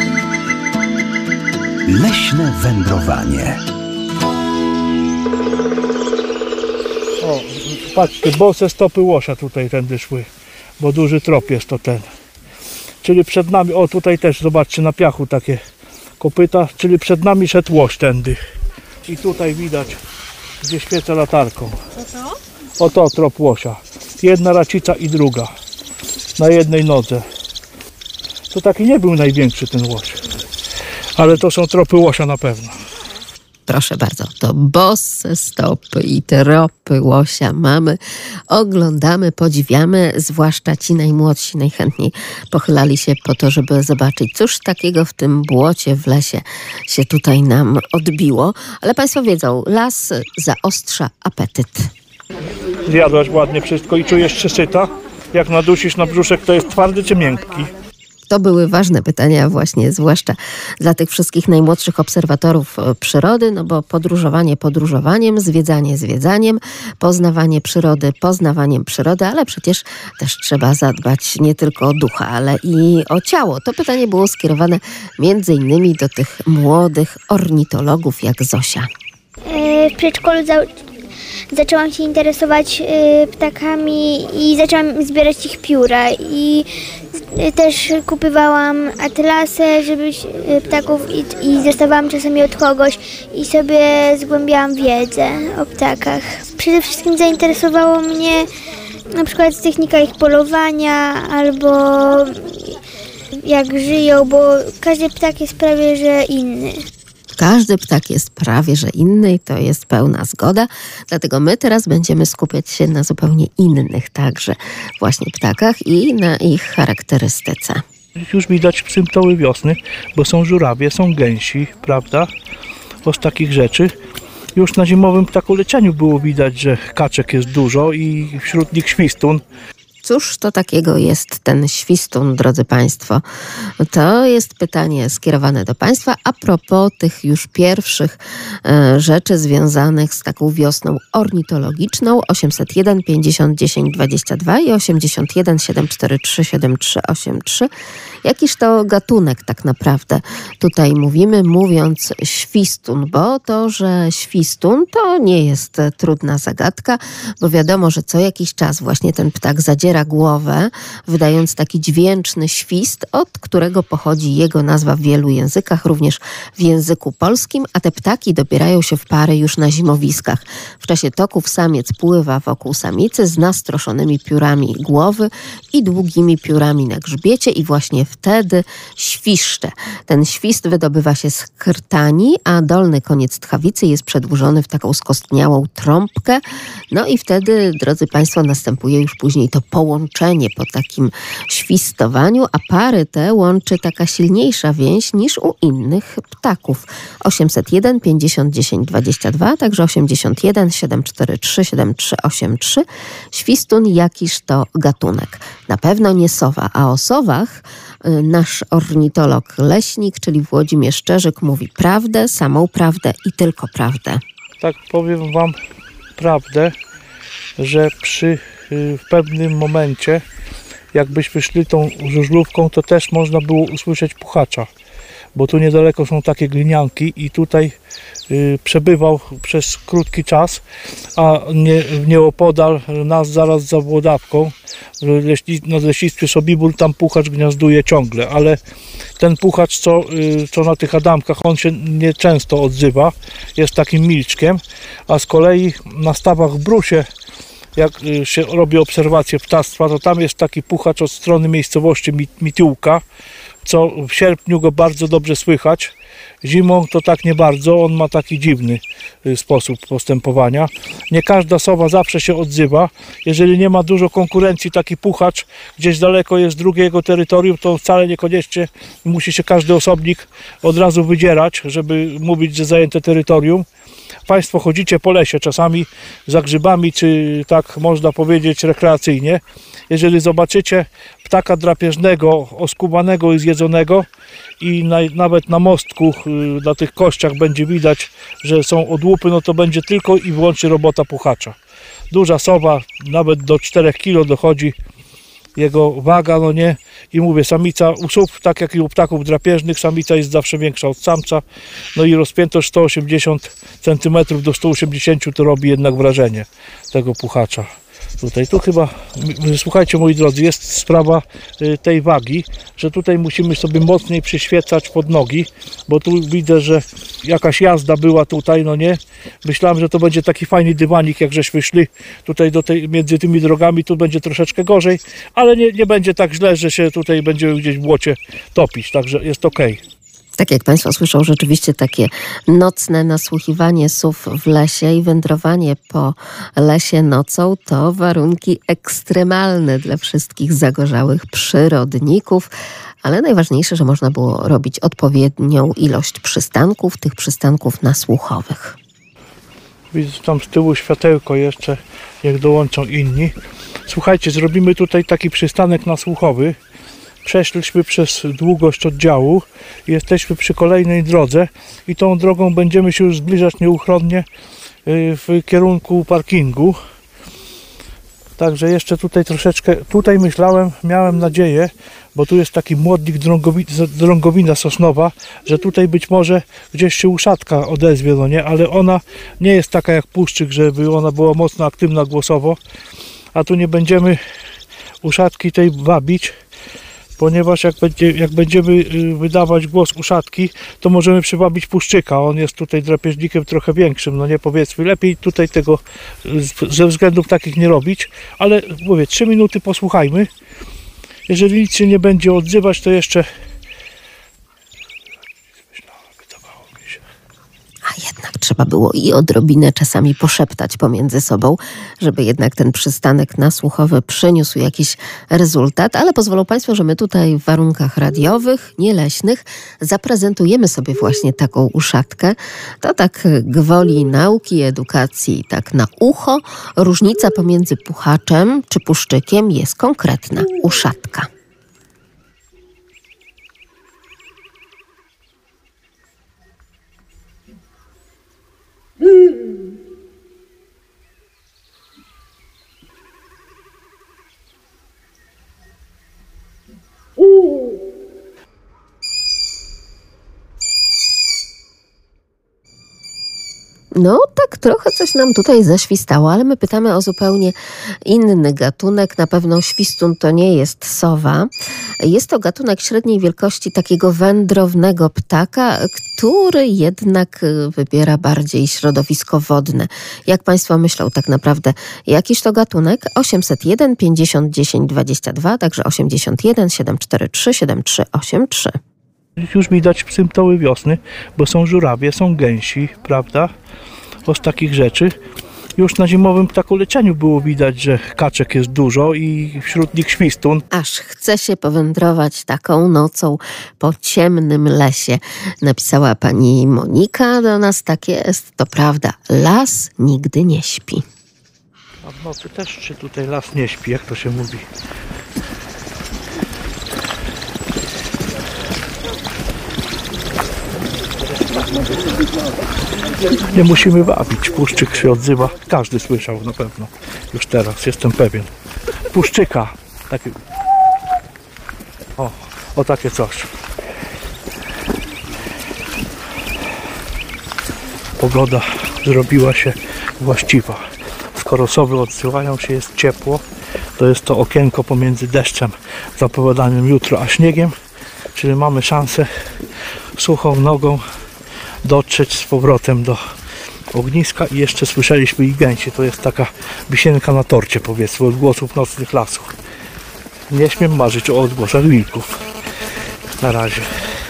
Leśne Wędrowanie. Patrzcie, bose stopy łosia tutaj tędy szły, bo duży trop jest to ten. Czyli przed nami, o tutaj też zobaczcie na piachu takie kopyta, czyli przed nami szedł łoś tędy. I tutaj widać, gdzie świecę latarką. Oto trop łosia. Jedna racica i druga. Na jednej nodze. To taki nie był największy ten łoś. Ale to są tropy łosia na pewno. Proszę bardzo, to bosse stopy i tropy łosia mamy, oglądamy, podziwiamy, zwłaszcza ci najmłodsi najchętniej pochylali się po to, żeby zobaczyć, cóż takiego w tym błocie, w lesie się tutaj nam odbiło. Ale Państwo wiedzą, las zaostrza apetyt. Zjadłaś ładnie wszystko i czujesz się syta? Jak nadusisz na brzuszek, to jest twardy czy miękki? To były ważne pytania właśnie, zwłaszcza dla tych wszystkich najmłodszych obserwatorów przyrody, no bo podróżowanie podróżowaniem, zwiedzanie zwiedzaniem, poznawanie przyrody poznawaniem przyrody, ale przecież też trzeba zadbać nie tylko o ducha, ale i o ciało. To pytanie było skierowane między innymi do tych młodych ornitologów jak Zosia. W przedszkolu za- zaczęłam się interesować ptakami i zaczęłam zbierać ich pióra i też kupowałam atlasy, żeby ptaków i, i dostawałam czasami od kogoś i sobie zgłębiałam wiedzę o ptakach. Przede wszystkim zainteresowało mnie na przykład technika ich polowania albo jak żyją, bo każdy ptak jest prawie że inny. Każdy ptak jest prawie że inny i to jest pełna zgoda, dlatego my teraz będziemy skupiać się na zupełnie innych także właśnie ptakach i na ich charakterystyce. Już widać symptomy wiosny, bo są żurawie, są gęsi, prawda? Bo z takich rzeczy. Już na zimowym ptakolecieniu było widać, że kaczek jest dużo i wśród nich świstun. Cóż to takiego jest ten świstun, drodzy Państwo? To jest pytanie skierowane do Państwa a propos tych już pierwszych e, rzeczy związanych z taką wiosną ornitologiczną. osiemset jeden pięćdziesiąt dziesięć dwadzieścia dwa i osiemdziesiąt jeden siedem cztery trzy siedem trzy osiem trzy. Jakiż to gatunek tak naprawdę tutaj mówimy, mówiąc świstun, bo to, że świstun to nie jest trudna zagadka, bo wiadomo, że co jakiś czas właśnie ten ptak zadziera głowę, wydając taki dźwięczny świst, od którego pochodzi jego nazwa w wielu językach, również w języku polskim, a te ptaki dobierają się w pary już na zimowiskach. W czasie toków samiec pływa wokół samicy z nastroszonymi piórami głowy i długimi piórami na grzbiecie i właśnie wtedy świszcze. Ten świst wydobywa się z krtani, a dolny koniec tchawicy jest przedłużony w taką skostniałą trąbkę. No i wtedy, drodzy Państwo, następuje już później to połączenie po takim świstowaniu, a pary te łączy taka silniejsza więź niż u innych ptaków. osiemset jeden pięćdziesiąt dziesięć dwadzieścia dwa, także osiemdziesiąt jeden siedem cztery trzy siedem trzy osiem trzy. Świstun jakiż to gatunek? Na pewno nie sowa, a o sowach nasz ornitolog leśnik, czyli Włodzimierz Szczerzyk, mówi prawdę, samą prawdę i tylko prawdę. Tak powiem Wam prawdę, że przy w pewnym momencie, jakbyśmy szli tą żużlówką, to też można było usłyszeć puchacza, bo tu niedaleko są takie glinianki i tutaj y, przebywał przez krótki czas, a nie, nieopodal nas zaraz za Włodawką, leśni, na leśnictwie Sobibór, tam puchacz gniazduje ciągle, ale ten puchacz, co, y, co na tych adamkach, on się nieczęsto odzywa, jest takim milczkiem, a z kolei na stawach w Brusie, jak się robi obserwację ptactwa, to tam jest taki puchacz od strony miejscowości Mitiłka, co w sierpniu go bardzo dobrze słychać. Zimą to tak nie bardzo, on ma taki dziwny sposób postępowania. Nie każda sowa zawsze się odzywa. Jeżeli nie ma dużo konkurencji, taki puchacz gdzieś daleko jest drugiego terytorium, to wcale niekoniecznie musi się każdy osobnik od razu wydzierać, żeby mówić, że zajęte terytorium. Państwo chodzicie po lesie czasami za grzybami, czy tak można powiedzieć rekreacyjnie. Jeżeli zobaczycie ptaka drapieżnego, oskubanego i zjedzonego i na, nawet na mostku na tych kościach będzie widać, że są odłupy, no to będzie tylko i wyłącznie robota puchacza. Duża sowa, nawet do czterech kilo dochodzi jego waga, no nie, i mówię, samica u sów, tak jak i u ptaków drapieżnych, samica jest zawsze większa od samca, no i rozpiętość sto osiemdziesiąt centymetrów do stu osiemdziesięciu to robi jednak wrażenie tego puchacza. Tutaj, tu chyba, słuchajcie moi drodzy, jest sprawa tej wagi, że tutaj musimy sobie mocniej przyświecać pod nogi, bo tu widzę, że jakaś jazda była tutaj, no nie? Myślałem, że to będzie taki fajny dywanik, jak żeśmy szli tutaj do tej, między tymi drogami, tu będzie troszeczkę gorzej, ale nie, nie będzie tak źle, że się tutaj będziemy gdzieś w błocie topić, także jest okej. Tak jak Państwo słyszą, rzeczywiście takie nocne nasłuchiwanie sów w lesie i wędrowanie po lesie nocą to warunki ekstremalne dla wszystkich zagorzałych przyrodników, ale najważniejsze, że można było robić odpowiednią ilość przystanków, tych przystanków nasłuchowych. Widzę tam z tyłu światełko jeszcze, jak dołączą inni. Słuchajcie, zrobimy tutaj taki przystanek nasłuchowy. Przeszliśmy przez długość oddziału, jesteśmy przy kolejnej drodze i tą drogą będziemy się już zbliżać nieuchronnie w kierunku parkingu. Także jeszcze tutaj troszeczkę, tutaj myślałem, miałem nadzieję, bo tu jest taki młodnik drągowina, drągowina sosnowa, że tutaj być może gdzieś się uszatka odezwie, no nie, ale ona nie jest taka jak puszczyk, żeby ona była mocno aktywna głosowo, a tu nie będziemy uszatki tej wabić, ponieważ jak, będzie, jak będziemy wydawać głos uszatki, to możemy przywabić puszczyka. On jest tutaj drapieżnikiem trochę większym, no nie, powiedzmy. Lepiej tutaj tego ze względów takich nie robić, ale mówię, trzy minuty posłuchajmy. Jeżeli nic się nie będzie odzywać, to jeszcze... A jednak trzeba było i odrobinę czasami poszeptać pomiędzy sobą, żeby jednak ten przystanek nasłuchowy przyniósł jakiś rezultat, ale pozwolą Państwo, że my tutaj w warunkach radiowych, nieleśnych zaprezentujemy sobie właśnie taką uszatkę. To tak gwoli nauki, edukacji, tak na ucho. Różnica pomiędzy puchaczem czy puszczykiem jest konkretna. Uszatka. No tak trochę coś nam tutaj zaświstało, ale my pytamy o zupełnie inny gatunek. Na pewno świstun to nie jest sowa. Jest to gatunek średniej wielkości takiego wędrownego ptaka, który jednak wybiera bardziej środowisko wodne. Jak Państwo myślą tak naprawdę, jakiś to gatunek? osiemset jeden pięćdziesiąt dziesięć dwadzieścia dwa, także osiemdziesiąt jeden siedem cztery trzy siedem trzy osiem trzy. Już widać symptomy wiosny, bo są żurawie, są gęsi, prawda? O z takich rzeczy. Już na zimowym ptakolecieniu było widać, że kaczek jest dużo i wśród nich świstun. Aż chce się powędrować taką nocą po ciemnym lesie. Napisała pani Monika do nas, tak jest, to prawda, las nigdy nie śpi. A w nocy też czy tutaj las nie śpi, jak to się mówi? Nie musimy wabić. Puszczyk się odzywa. Każdy słyszał na pewno. Już teraz jestem pewien. Puszczyka. Taki... O, o takie coś. Pogoda zrobiła się właściwa. Skoro sowy odsyłają się, jest ciepło. To jest to okienko pomiędzy deszczem zapowiadanym jutro a śniegiem. Czyli mamy szansę suchą nogą dotrzeć z powrotem do ogniska i jeszcze słyszeliśmy i gęsi. To jest taka wisienka na torcie, powiedzmy, odgłosów nocnych lasów. Nie śmiem marzyć o odgłosach wilków. Na razie.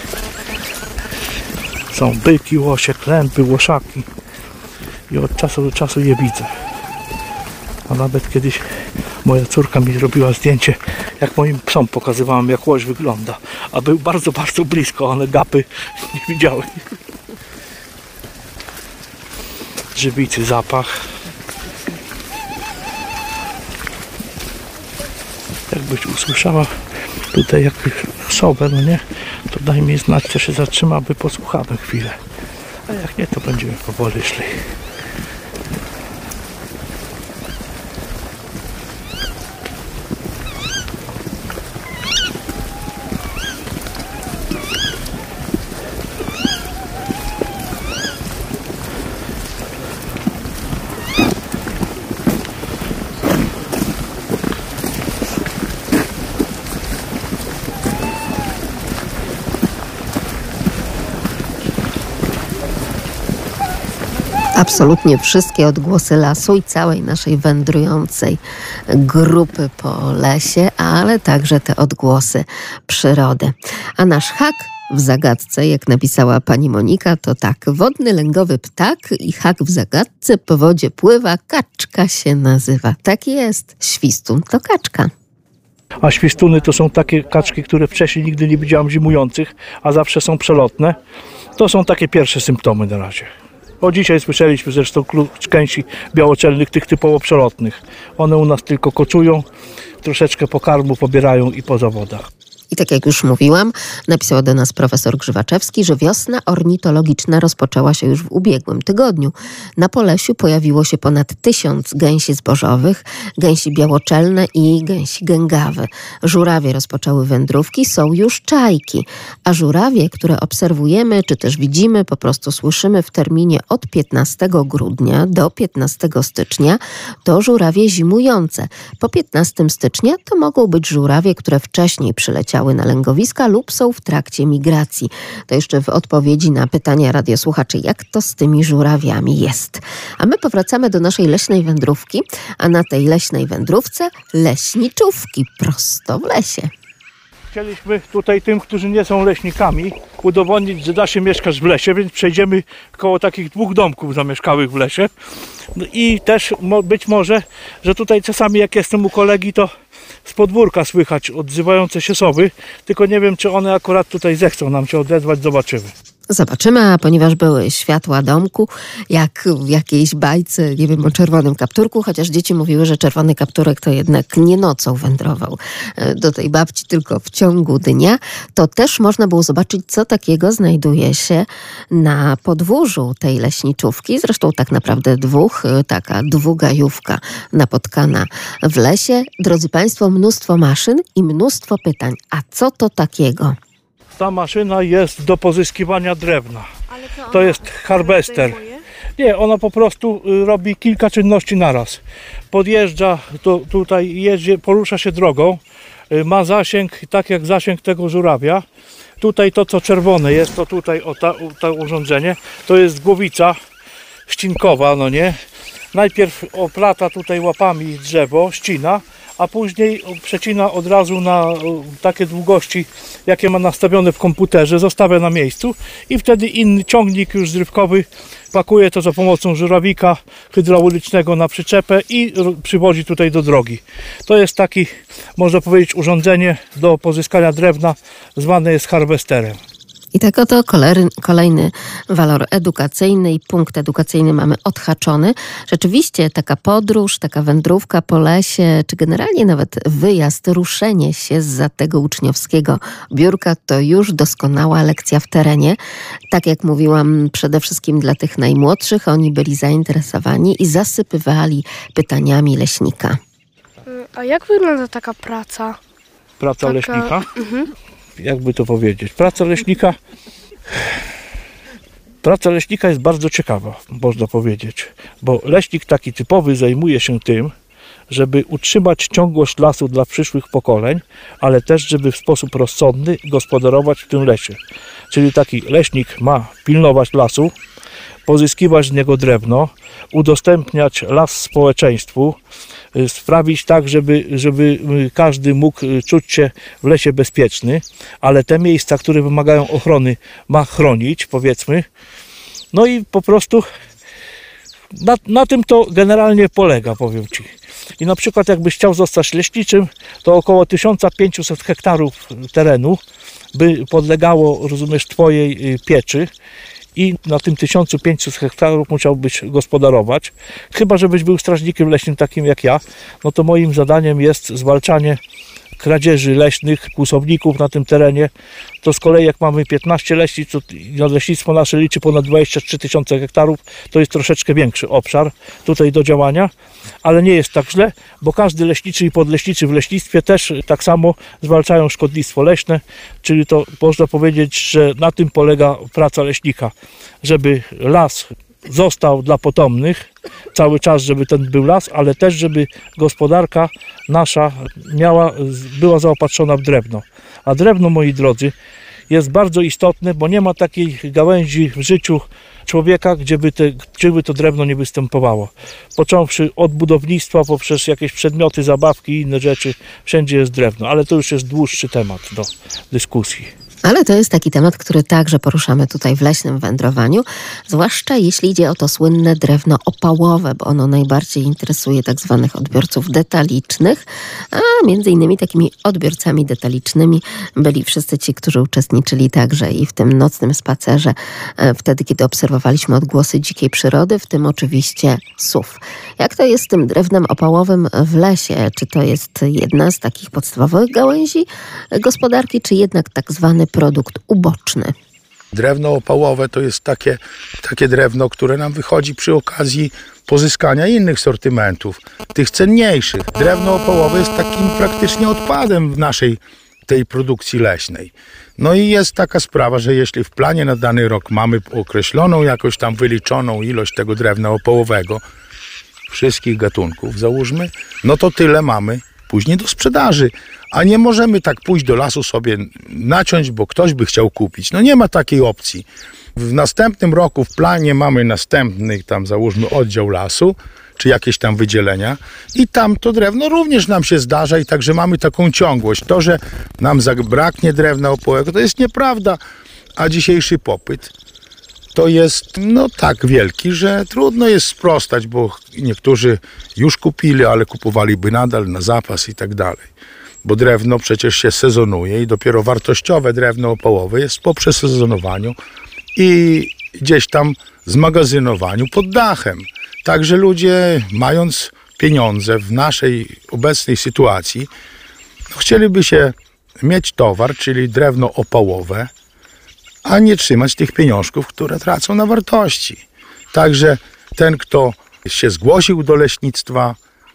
Są byki, łosie, klępy, łoszaki i od czasu do czasu je widzę. A nawet kiedyś moja córka mi zrobiła zdjęcie, jak moim psom pokazywałem, jak łoś wygląda. A był bardzo, bardzo blisko, one gapy nie widziały. Żywicy zapach. Jakbyś usłyszała tutaj jakąś osobę, no nie, to daj mi znać, co się zatrzyma, aby posłuchamy chwilę. A jak nie, to będziemy powoli szli. Absolutnie wszystkie odgłosy lasu i całej naszej wędrującej grupy po lesie, ale także te odgłosy przyrody. A nasz hak w zagadce, jak napisała pani Monika, to tak. Wodny lęgowy ptak i hak w zagadce po wodzie pływa, kaczka się nazywa. Tak jest. Świstun to kaczka. A świstuny to są takie kaczki, które wcześniej nigdy nie widziałam zimujących, a zawsze są przelotne. To są takie pierwsze symptomy na razie. O, dzisiaj słyszeliśmy zresztą kęsi białoczelnych, tych typowo przelotnych. One u nas tylko koczują, troszeczkę pokarmu pobierają i po zawodach. I tak jak już mówiłam, napisał do nas profesor Grzywaczewski, że wiosna ornitologiczna rozpoczęła się już w ubiegłym tygodniu. Na Polesiu pojawiło się ponad tysiąc gęsi zbożowych, gęsi białoczelne i gęsi gęgawy. Żurawie rozpoczęły wędrówki, są już czajki. A żurawie, które obserwujemy, czy też widzimy, po prostu słyszymy w terminie od piętnastego grudnia do piętnastego stycznia, to żurawie zimujące. Po piętnastego stycznia to mogą być żurawie, które wcześniej przyleciały na lęgowiska lub są w trakcie migracji. To jeszcze w odpowiedzi na pytania radiosłuchaczy, jak to z tymi żurawiami jest. A my powracamy do naszej leśnej wędrówki, a na tej leśnej wędrówce leśniczówki prosto w lesie. Chcieliśmy tutaj tym, którzy nie są leśnikami, udowodnić, że da się mieszkać w lesie, więc przejdziemy koło takich dwóch domków zamieszkałych w lesie. No i też być może, że tutaj czasami jak jestem u kolegi, to z podwórka słychać odzywające się sowy, tylko nie wiem, czy one akurat tutaj zechcą nam się odezwać, zobaczymy. Zobaczymy, a ponieważ były światła domku, jak w jakiejś bajce, nie wiem, o czerwonym kapturku, chociaż dzieci mówiły, że czerwony kapturek to jednak nie nocą wędrował do tej babci, tylko w ciągu dnia, to też można było zobaczyć, co takiego znajduje się na podwórzu tej leśniczówki. Zresztą tak naprawdę dwóch, taka dwugajówka napotkana w lesie. Drodzy Państwo, mnóstwo maszyn i mnóstwo pytań. A co to takiego? Ta maszyna jest do pozyskiwania drewna. To jest harvester. Nie, ona po prostu robi kilka czynności naraz. Podjeżdża, to, tutaj jeździ, porusza się drogą, ma zasięg, tak jak zasięg tego żurawia. Tutaj to, co czerwone jest, to tutaj o ta, to urządzenie, to jest głowica ścinkowa, no nie. Najpierw oplata tutaj łapami drzewo, ścina, a później przecina od razu na takie długości, jakie ma nastawione w komputerze, zostawia na miejscu i wtedy inny ciągnik już zrywkowy pakuje to za pomocą żurawika hydraulicznego na przyczepę i przywozi tutaj do drogi. To jest taki, można powiedzieć, urządzenie do pozyskania drewna, zwane jest harwesterem. I tak oto kolejny walor edukacyjny i punkt edukacyjny mamy odhaczony. Rzeczywiście taka podróż, taka wędrówka po lesie, czy generalnie nawet wyjazd, ruszenie się zza tego uczniowskiego biurka to już doskonała lekcja w terenie. Tak jak mówiłam, przede wszystkim dla tych najmłodszych, oni byli zainteresowani i zasypywali pytaniami leśnika. A jak wygląda taka praca? Praca taka... leśnika? Mhm. Jakby to powiedzieć, praca leśnika praca leśnika jest bardzo ciekawa, można powiedzieć, bo leśnik taki typowy zajmuje się tym, żeby utrzymać ciągłość lasu dla przyszłych pokoleń, ale też, żeby w sposób rozsądny gospodarować w tym lesie. Czyli taki leśnik ma pilnować lasu, pozyskiwać z niego drewno, udostępniać las społeczeństwu, sprawić tak, żeby, żeby każdy mógł czuć się w lesie bezpieczny, ale te miejsca, które wymagają ochrony, ma chronić, powiedzmy. No i po prostu na, na tym to generalnie polega, powiem Ci. I na przykład jakbyś chciał zostać leśniczym, to około tysiąc pięćset hektarów terenu by podlegało, rozumiesz, Twojej pieczy. I na tym tysiąc pięćset hektarów musiałbyś gospodarować. Chyba żebyś był strażnikiem leśnym takim jak ja, no to moim zadaniem jest zwalczanie kradzieży leśnych, kłusowników na tym terenie. To z kolei jak mamy piętnaście leśnic, to leśnictwo nasze liczy ponad dwadzieścia trzy tysiące hektarów, to jest troszeczkę większy obszar tutaj do działania, ale nie jest tak źle, bo każdy leśniczy i podleśniczy w leśnictwie też tak samo zwalczają szkodnictwo leśne, czyli to można powiedzieć, że na tym polega praca leśnika, żeby las został dla potomnych, cały czas, żeby ten był las, ale też, żeby gospodarka nasza miała, była zaopatrzona w drewno. A drewno, moi drodzy, jest bardzo istotne, bo nie ma takiej gałęzi w życiu człowieka, gdzie by, te, gdzie by to drewno nie występowało. Począwszy od budownictwa, poprzez jakieś przedmioty, zabawki i inne rzeczy, wszędzie jest drewno, ale to już jest dłuższy temat do dyskusji. Ale to jest taki temat, który także poruszamy tutaj w Leśnym Wędrowaniu, zwłaszcza jeśli idzie o to słynne drewno opałowe, bo ono najbardziej interesuje tak zwanych odbiorców detalicznych, a między innymi takimi odbiorcami detalicznymi byli wszyscy ci, którzy uczestniczyli także i w tym nocnym spacerze, wtedy kiedy obserwowaliśmy odgłosy dzikiej przyrody, w tym oczywiście S U V. Jak to jest z tym drewnem opałowym w lesie? Czy to jest jedna z takich podstawowych gałęzi gospodarki, czy jednak tak zwany produkt uboczny? Drewno opałowe to jest takie, takie drewno, które nam wychodzi przy okazji pozyskania innych sortymentów, tych cenniejszych. Drewno opałowe jest takim praktycznie odpadem w naszej tej produkcji leśnej. No i jest taka sprawa, że jeśli w planie na dany rok mamy określoną, jakoś tam wyliczoną ilość tego drewna opałowego, wszystkich gatunków załóżmy, no to tyle mamy później do sprzedaży. A nie możemy tak pójść do lasu sobie naciąć, bo ktoś by chciał kupić. No nie ma takiej opcji. W następnym roku w planie mamy następny tam załóżmy oddział lasu, czy jakieś tam wydzielenia i tam to drewno również nam się zdarza i także mamy taką ciągłość. To, że nam zabraknie drewna opałowego, to jest nieprawda, a dzisiejszy popyt to jest no tak wielki, że trudno jest sprostać, bo niektórzy już kupili, ale kupowaliby nadal na zapas i tak dalej. Bo drewno przecież się sezonuje i dopiero wartościowe drewno opałowe jest po przesezonowaniu i gdzieś tam zmagazynowaniu pod dachem. Także ludzie, mając pieniądze w naszej obecnej sytuacji, no chcieliby się mieć towar, czyli drewno opałowe, a nie trzymać tych pieniążków, które tracą na wartości. Także ten, kto się zgłosił do leśnictwa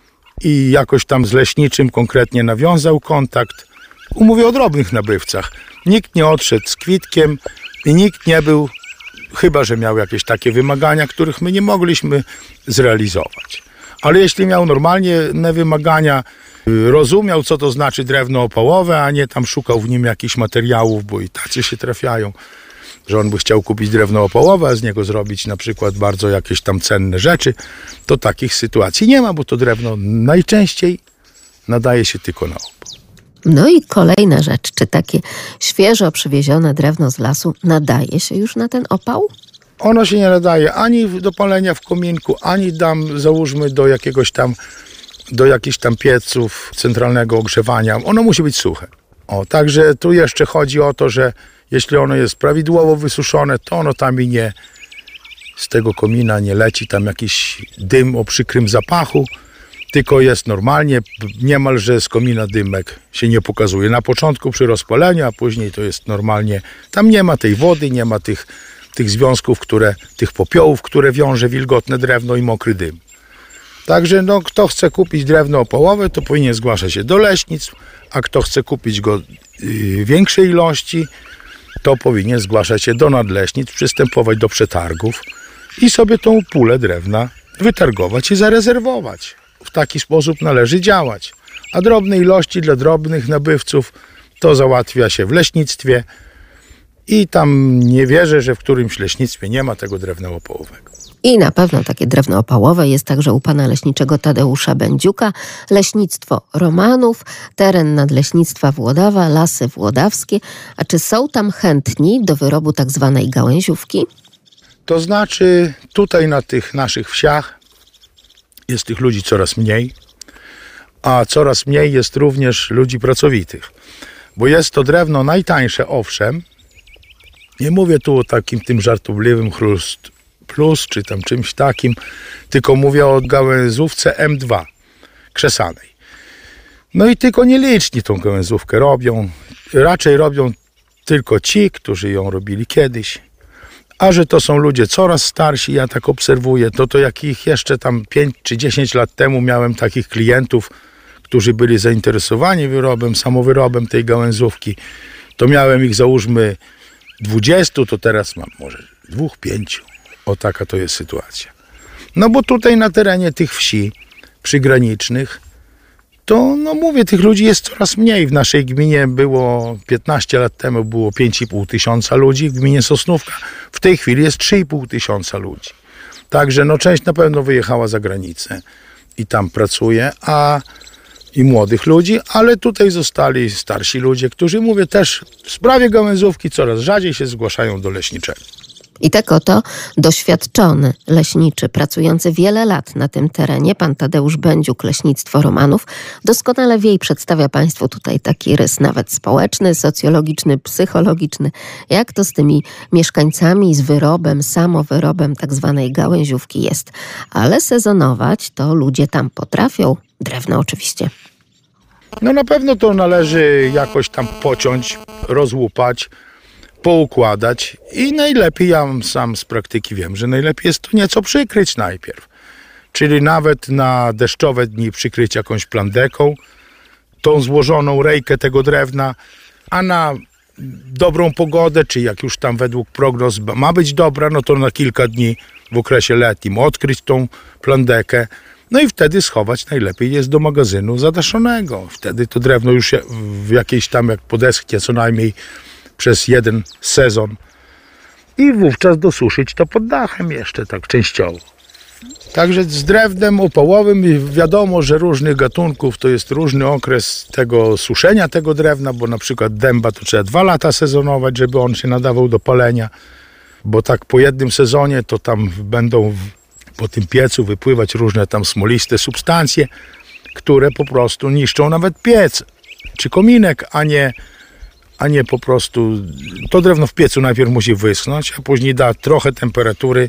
i jakoś tam z leśniczym konkretnie nawiązał kontakt, mówię o drobnych nabywcach, nikt nie odszedł z kwitkiem i nikt nie był, chyba że miał jakieś takie wymagania, których my nie mogliśmy zrealizować. Ale jeśli miał normalnie wymagania, rozumiał, co to znaczy drewno opałowe, a nie tam szukał w nim jakichś materiałów, bo i tacy się trafiają, że on by chciał kupić drewno opałowe, a z niego zrobić na przykład bardzo jakieś tam cenne rzeczy, to takich sytuacji nie ma, bo to drewno najczęściej nadaje się tylko na opał. No i kolejna rzecz, czy takie świeżo przywiezione drewno z lasu nadaje się już na ten opał? Ono się nie nadaje ani do palenia w kominku, ani dam, załóżmy, do jakiegoś tam, do jakichś tam pieców centralnego ogrzewania. Ono musi być suche. O, także tu jeszcze chodzi o to, że jeśli ono jest prawidłowo wysuszone, to ono tam i nie, z tego komina nie leci tam jakiś dym o przykrym zapachu, tylko jest normalnie, niemalże z komina dymek się nie pokazuje. Na początku przy rozpaleniu, a później to jest normalnie, tam nie ma tej wody, nie ma tych, tych związków, które, tych popiołów, które wiąże wilgotne drewno i mokry dym. Także no, kto chce kupić drewno opałowe, to powinien zgłaszać się do leśnictw, a kto chce kupić go yy, większej ilości, to powinien zgłaszać się do nadleśnictw, przystępować do przetargów i sobie tą pulę drewna wytargować i zarezerwować. W taki sposób należy działać. A drobne ilości dla drobnych nabywców to załatwia się w leśnictwie i tam nie wierzę, że w którymś leśnictwie nie ma tego drewna opałowego. I na pewno takie drewno opałowe jest także u pana leśniczego Tadeusza Będziuka. Leśnictwo Romanów, teren nadleśnictwa Włodawa, Lasy Włodawskie. A czy są tam chętni do wyrobu tak zwanej gałęziówki? To znaczy tutaj na tych naszych wsiach jest tych ludzi coraz mniej, a coraz mniej jest również ludzi pracowitych. Bo jest to drewno najtańsze, owszem. Nie mówię tu o takim tym żartobliwym chrust plus, czy tam czymś takim, tylko mówię o gałęzówce M dwa krzesanej. No i tylko nieliczni tą gałęzówkę robią. Raczej robią tylko ci, którzy ją robili kiedyś. A że to są ludzie coraz starsi, ja tak obserwuję, to to jak ich jeszcze tam pięć czy dziesięć lat temu miałem takich klientów, którzy byli zainteresowani wyrobem, samowyrobem tej gałęzówki, to miałem ich załóżmy dwudziestu, to teraz mam może dwóch, pięciu. O, taka to jest sytuacja. No bo tutaj na terenie tych wsi przygranicznych to no mówię, tych ludzi jest coraz mniej. W naszej gminie było piętnaście lat temu było pięć i pół tysiąca ludzi, w gminie Sosnówka. W tej chwili jest trzy i pół tysiąca ludzi. Także no część na pewno wyjechała za granicę i tam pracuje, a i młodych ludzi, ale tutaj zostali starsi ludzie, którzy, mówię, też w sprawie gałęzówki coraz rzadziej się zgłaszają do leśniczego. I tak oto doświadczony leśniczy, pracujący wiele lat na tym terenie, pan Tadeusz Będziuk, Leśnictwo Romanów, doskonale wie i przedstawia państwu tutaj taki rys nawet społeczny, socjologiczny, psychologiczny, jak to z tymi mieszkańcami, z wyrobem, samowyrobem tak zwanej gałęziówki jest. Ale sezonować to ludzie tam potrafią, drewno oczywiście. No na pewno to należy jakoś tam pociąć, rozłupać, poukładać i najlepiej, ja sam z praktyki wiem, że najlepiej jest to nieco przykryć najpierw. Czyli nawet na deszczowe dni przykryć jakąś plandeką, tą złożoną rejkę tego drewna, a na dobrą pogodę, czy jak już tam według prognoz ma być dobra, no to na kilka dni w okresie letnim odkryć tą plandekę, no i wtedy schować najlepiej jest do magazynu zadaszonego. Wtedy to drewno już w jakiejś tam, jak podeschnie, co najmniej przez jeden sezon i wówczas dosuszyć to pod dachem jeszcze tak częściowo. Także z drewnem opałowym wiadomo, że różnych gatunków to jest różny okres tego suszenia tego drewna, bo na przykład dęba to trzeba dwa lata sezonować, żeby on się nadawał do palenia, bo tak po jednym sezonie to tam będą po tym piecu wypływać różne tam smoliste substancje, które po prostu niszczą nawet piec czy kominek, a nie a nie po prostu, to drewno w piecu najpierw musi wyschnąć, a później da trochę temperatury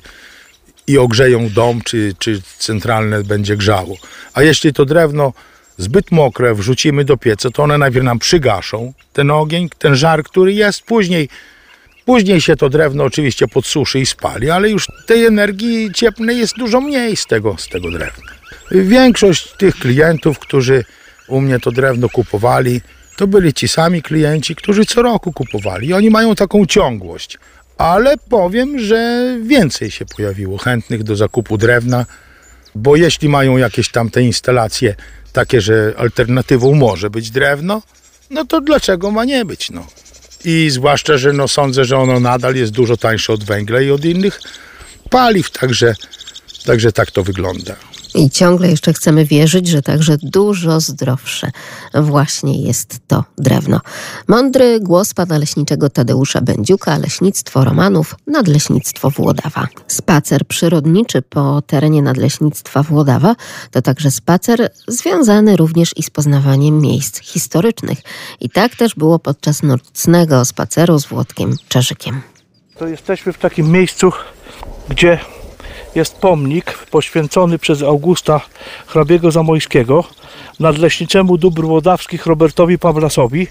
i ogrzeją dom, czy, czy centralne będzie grzało. A jeśli to drewno zbyt mokre wrzucimy do pieca, to one najpierw nam przygaszą ten ogień, ten żar, który jest, później, później się to drewno oczywiście podsuszy i spali, ale już tej energii cieplnej jest dużo mniej z tego, z tego drewna. Większość tych klientów, którzy u mnie to drewno kupowali, to byli ci sami klienci, którzy co roku kupowali. I oni mają taką ciągłość. Ale powiem, że więcej się pojawiło chętnych do zakupu drewna, bo jeśli mają jakieś tam te instalacje takie, że alternatywą może być drewno, no to dlaczego ma nie być? No. I zwłaszcza, że no sądzę, że ono nadal jest dużo tańsze od węgla i od innych paliw, także, także tak to wygląda. I ciągle jeszcze chcemy wierzyć, że także dużo zdrowsze właśnie jest to drewno. Mądry głos pana leśniczego Tadeusza Będziuka, Leśnictwo Romanów, Nadleśnictwo Włodawa. Spacer przyrodniczy po terenie Nadleśnictwa Włodawa to także spacer związany również i z poznawaniem miejsc historycznych. I tak też było podczas nocnego spaceru z Włodkiem Czerzykiem. To jesteśmy w takim miejscu, gdzie jest pomnik poświęcony przez Augusta hrabiego Zamojskiego nadleśniczemu dóbr włodawskich Robertowi Pawlasowi,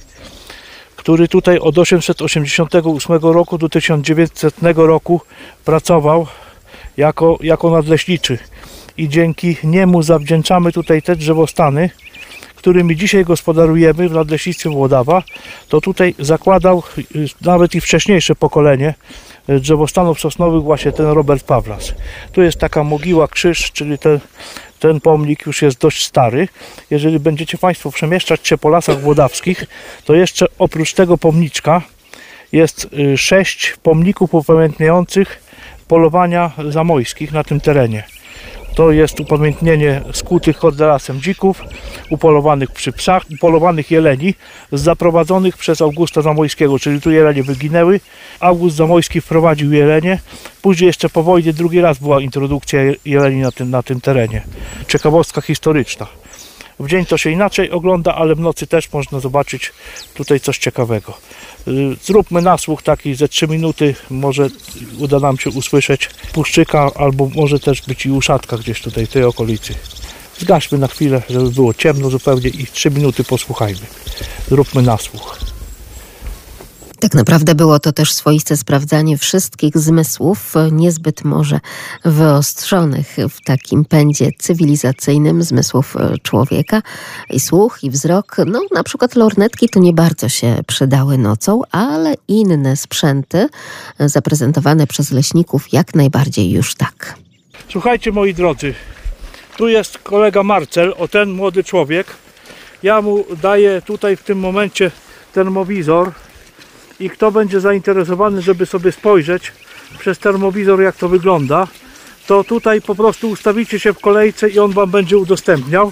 który tutaj od osiemset osiemdziesiątego ósmego roku do tysiąc dziewięćsetnego roku pracował jako, jako nadleśniczy. I dzięki niemu zawdzięczamy tutaj te drzewostany, którymi dzisiaj gospodarujemy w Nadleśnictwie Włodawa. To tutaj zakładał nawet i wcześniejsze pokolenie drzewostanów sosnowych właśnie ten Robert Pawlas. Tu jest taka mogiła, krzyż, czyli ten, ten pomnik już jest dość stary. Jeżeli będziecie Państwo przemieszczać się po lasach włodawskich, to jeszcze oprócz tego pomniczka jest sześć pomników upamiętniających polowania zamojskich na tym terenie. To jest upamiętnienie skutych kordelasem dzików, upolowanych przy psach, upolowanych jeleni, zaprowadzonych przez Augusta Zamojskiego, czyli tu jelenie wyginęły. August Zamojski wprowadził jelenie, później jeszcze po wojnie drugi raz była introdukcja jeleni na tym, na tym terenie. Ciekawostka historyczna. W dzień to się inaczej ogląda, ale w nocy też można zobaczyć tutaj coś ciekawego. Zróbmy nasłuch taki ze trzy minuty, może uda nam się usłyszeć puszczyka, albo może też być i uszatka gdzieś tutaj w tej okolicy. Zgaśmy na chwilę, żeby było ciemno zupełnie i trzy minuty posłuchajmy. Zróbmy nasłuch. Tak naprawdę było to też swoiste sprawdzanie wszystkich zmysłów, niezbyt może wyostrzonych w takim pędzie cywilizacyjnym zmysłów człowieka. I słuch, i wzrok. No, na przykład lornetki to nie bardzo się przydały nocą, ale inne sprzęty zaprezentowane przez leśników jak najbardziej już tak. Słuchajcie, moi drodzy, tu jest kolega Marcel, o ten młody człowiek, Ja mu daję tutaj w tym momencie termowizor i kto będzie zainteresowany, żeby sobie spojrzeć przez termowizor, jak to wygląda, to tutaj po prostu ustawicie się w kolejce i on wam będzie udostępniał.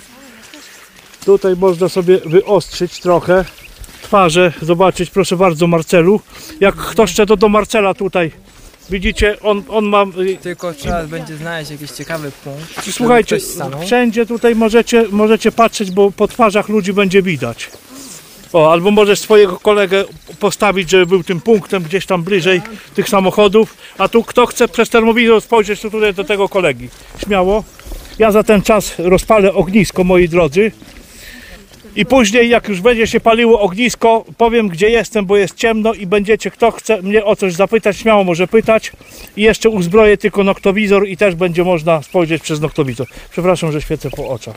Tutaj można sobie wyostrzyć trochę twarze, zobaczyć, proszę bardzo, Marcelu. Jak ktoś chce, to do Marcela tutaj. Widzicie, on, on ma... Tylko trzeba będzie znaleźć jakiś ciekawy punkt. Słuchajcie, wszędzie tutaj możecie, możecie patrzeć, bo po twarzach ludzi będzie widać. O, albo możesz swojego kolegę postawić, żeby był tym punktem gdzieś tam bliżej tych samochodów. A tu kto chce przez termowizor spojrzeć, to tutaj do tego kolegi. Śmiało. Ja za ten czas rozpalę ognisko, moi drodzy. I później, jak już będzie się paliło ognisko, powiem, gdzie jestem, bo jest ciemno i będziecie, kto chce mnie o coś zapytać, śmiało może pytać. I jeszcze uzbroję tylko noktowizor i też będzie można spojrzeć przez noktowizor. Przepraszam, że świecę po oczach.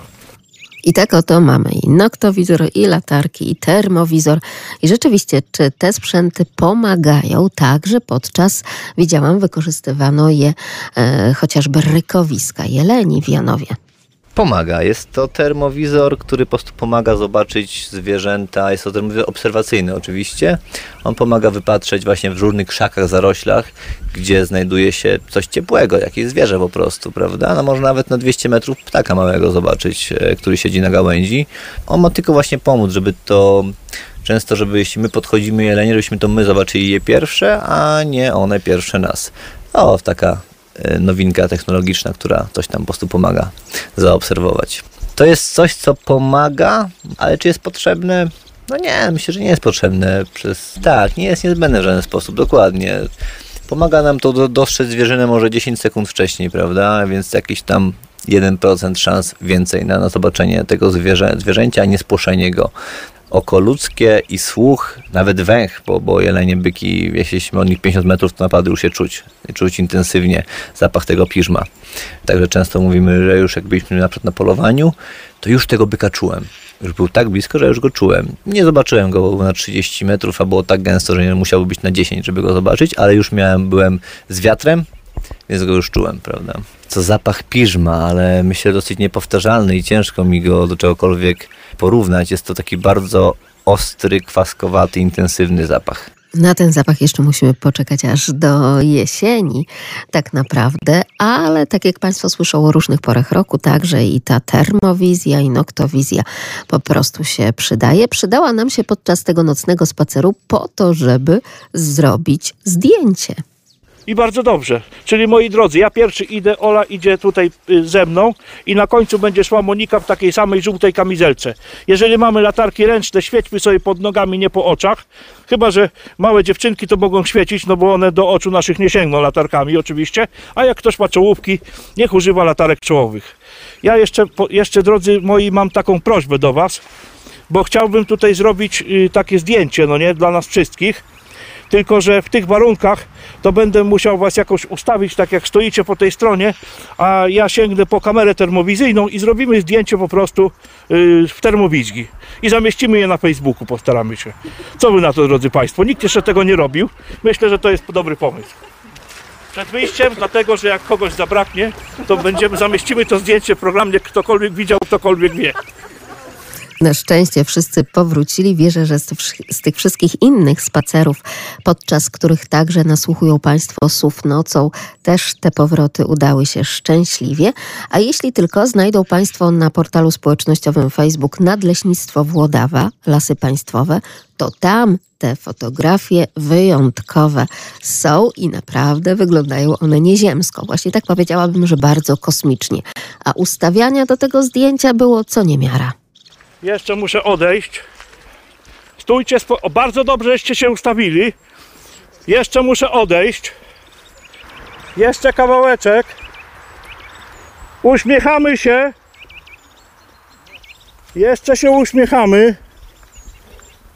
I tak oto mamy i noktowizor, i latarki, i termowizor. I rzeczywiście, czy te sprzęty pomagają? Także podczas, widziałam, wykorzystywano je e, chociażby rykowiska jeleni w Janowie. Pomaga. Jest to termowizor, który po prostu pomaga zobaczyć zwierzęta. Jest to termowizor obserwacyjny oczywiście. On pomaga wypatrzeć właśnie w różnych krzakach, zaroślach, gdzie znajduje się coś ciepłego, jakieś zwierzę po prostu, prawda? No może nawet na dwieście metrów ptaka małego zobaczyć, który siedzi na gałęzi. On ma tylko właśnie pomóc, żeby to... Często, żeby jeśli my podchodzimy jelenie, żebyśmy to my zobaczyli je pierwsze, a nie one pierwsze nas. O, taka nowinka technologiczna, która coś tam po prostu pomaga zaobserwować. To jest coś, co pomaga, ale czy jest potrzebne? No nie, myślę, że nie jest potrzebne przez... Tak, nie jest niezbędne w żaden sposób, dokładnie. Pomaga nam to do, dostrzec zwierzynę może dziesięć sekund wcześniej, prawda? Więc jakiś tam jeden procent szans więcej na, na zobaczenie tego zwierzę, zwierzęcia, a nie spłoszenie go. Oko ludzkie i słuch, nawet węch, bo, bo jelenie, byki, jeśli jesteśmy od nich pięćdziesiąt metrów, to naprawdę już się czuć, czuć intensywnie zapach tego piżma. Także często mówimy, że już jak byliśmy na przykład na polowaniu, to już tego byka czułem. Już był tak blisko, że już go czułem. Nie zobaczyłem go, bo był na trzydzieści metrów, a było tak gęsto, że nie musiałby być na dziesięć, żeby go zobaczyć, ale już miałem, byłem z wiatrem, więc go już czułem, prawda. Co zapach piżma, ale myślę dosyć niepowtarzalny i ciężko mi go do czegokolwiek porównać. Jest to taki bardzo ostry, kwaskowaty, intensywny zapach. Na ten zapach jeszcze musimy poczekać aż do jesieni tak naprawdę, ale tak jak Państwo słyszą o różnych porach roku, także i ta termowizja i noktowizja po prostu się przydaje. Przydała nam się podczas tego nocnego spaceru po to, żeby zrobić zdjęcie. I bardzo dobrze. Czyli moi drodzy, ja pierwszy idę, Ola idzie tutaj ze mną i na końcu będzie szła Monika w takiej samej żółtej kamizelce. Jeżeli mamy latarki ręczne, świećmy sobie pod nogami, nie po oczach. Chyba że małe dziewczynki to mogą świecić, no bo one do oczu naszych nie sięgną latarkami oczywiście. A jak ktoś ma czołówki, niech używa latarek czołowych. Ja jeszcze, jeszcze drodzy moi, mam taką prośbę do Was, bo chciałbym tutaj zrobić takie zdjęcie, no nie, dla nas wszystkich. Tylko że w tych warunkach to będę musiał Was jakoś ustawić, tak jak stoicie po tej stronie, a ja sięgnę po kamerę termowizyjną i zrobimy zdjęcie po prostu yy, w termowizji. I zamieścimy je na Facebooku, postaramy się. Co Wy na to, drodzy Państwo? Nikt jeszcze tego nie robił. Myślę, że to jest dobry pomysł. Przed wyjściem, dlatego że jak kogoś zabraknie, to będziemy, zamieścimy to zdjęcie w programie, ktokolwiek widział, ktokolwiek wie. Na szczęście wszyscy powrócili. Wierzę, że z tych wszystkich innych spacerów, podczas których także nasłuchują Państwo słów nocą, też te powroty udały się szczęśliwie. A jeśli tylko znajdą Państwo na portalu społecznościowym Facebook Nadleśnictwo Włodawa, Lasy Państwowe, to tam te fotografie wyjątkowe są i naprawdę wyglądają one nieziemsko. Właśnie tak powiedziałabym, że bardzo kosmicznie. A ustawiania do tego zdjęcia było co niemiara. Jeszcze muszę odejść. Stójcie, spo... o, bardzo dobrze żeście się ustawili. Jeszcze muszę odejść. Jeszcze kawałeczek. Uśmiechamy się. Jeszcze się uśmiechamy.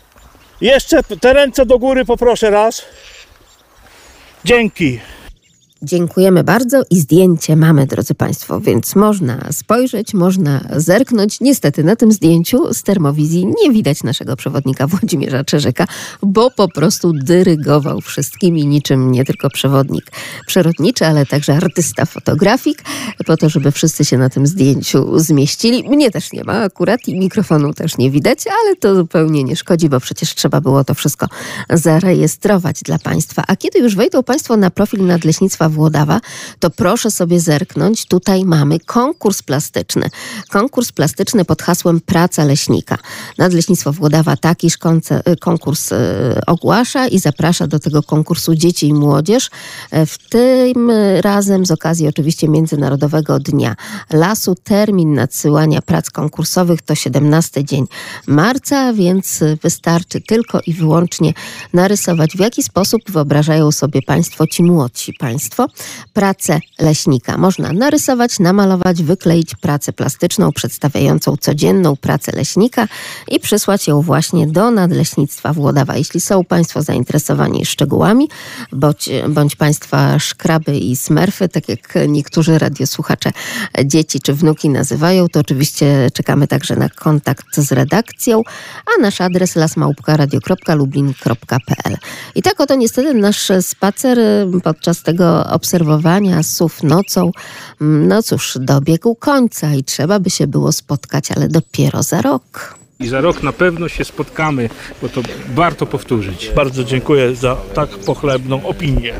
Jeszcze te ręce do góry poproszę raz. Dzięki. Dziękujemy bardzo i zdjęcie mamy, drodzy Państwo, więc można spojrzeć, można zerknąć. Niestety na tym zdjęciu z termowizji nie widać naszego przewodnika Włodzimierza Czerzyka, bo po prostu dyrygował wszystkimi niczym nie tylko przewodnik przyrodniczy, ale także artysta fotografik, po to, żeby wszyscy się na tym zdjęciu zmieścili. Mnie też nie ma akurat i mikrofonu też nie widać, ale to zupełnie nie szkodzi, bo przecież trzeba było to wszystko zarejestrować dla Państwa. A kiedy już wejdą Państwo na profil Nadleśnictwa Włodawa, to proszę sobie zerknąć. Tutaj mamy konkurs plastyczny. Konkurs plastyczny pod hasłem Praca Leśnika. Nadleśnictwo Włodawa taki konkurs ogłasza i zaprasza do tego konkursu dzieci i młodzież. W tym razem z okazji oczywiście Międzynarodowego Dnia Lasu termin nadsyłania prac konkursowych to siedemnasty dzień marca, więc wystarczy tylko i wyłącznie narysować, w jaki sposób wyobrażają sobie Państwo, ci młodsi Państwo, pracę leśnika. Można narysować, namalować, wykleić pracę plastyczną przedstawiającą codzienną pracę leśnika i przysłać ją właśnie do Nadleśnictwa Włodawa. Jeśli są Państwo zainteresowani szczegółami, bądź, bądź Państwa szkraby i smerfy, tak jak niektórzy radiosłuchacze dzieci czy wnuki nazywają, to oczywiście czekamy także na kontakt z redakcją, a nasz adres lasmałpka radio kropka lublin kropka p l. I tak oto niestety nasz spacer podczas tego obserwowania sów nocą, no cóż, dobiegł końca i trzeba by się było spotkać, ale dopiero za rok. I za rok na pewno się spotkamy, bo to warto powtórzyć. Bardzo dziękuję za tak pochlebną opinię.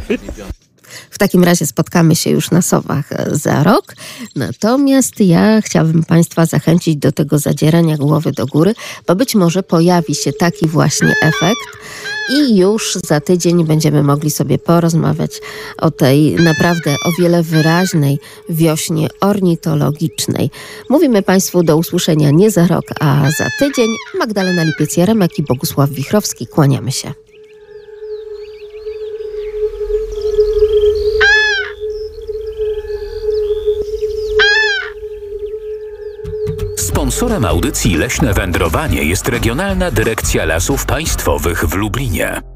W takim razie spotkamy się już na Sowach za rok. Natomiast ja chciałabym Państwa zachęcić do tego zadzierania głowy do góry, bo być może pojawi się taki właśnie efekt i już za tydzień będziemy mogli sobie porozmawiać o tej naprawdę o wiele wyraźnej wiośnie ornitologicznej. Mówimy Państwu do usłyszenia nie za rok, a za tydzień. Magdalena Lipiec-Jaremek i Bogusław Wichrowski. Kłaniamy się. Sponsorem audycji Leśne Wędrowanie jest Regionalna Dyrekcja Lasów Państwowych w Lublinie.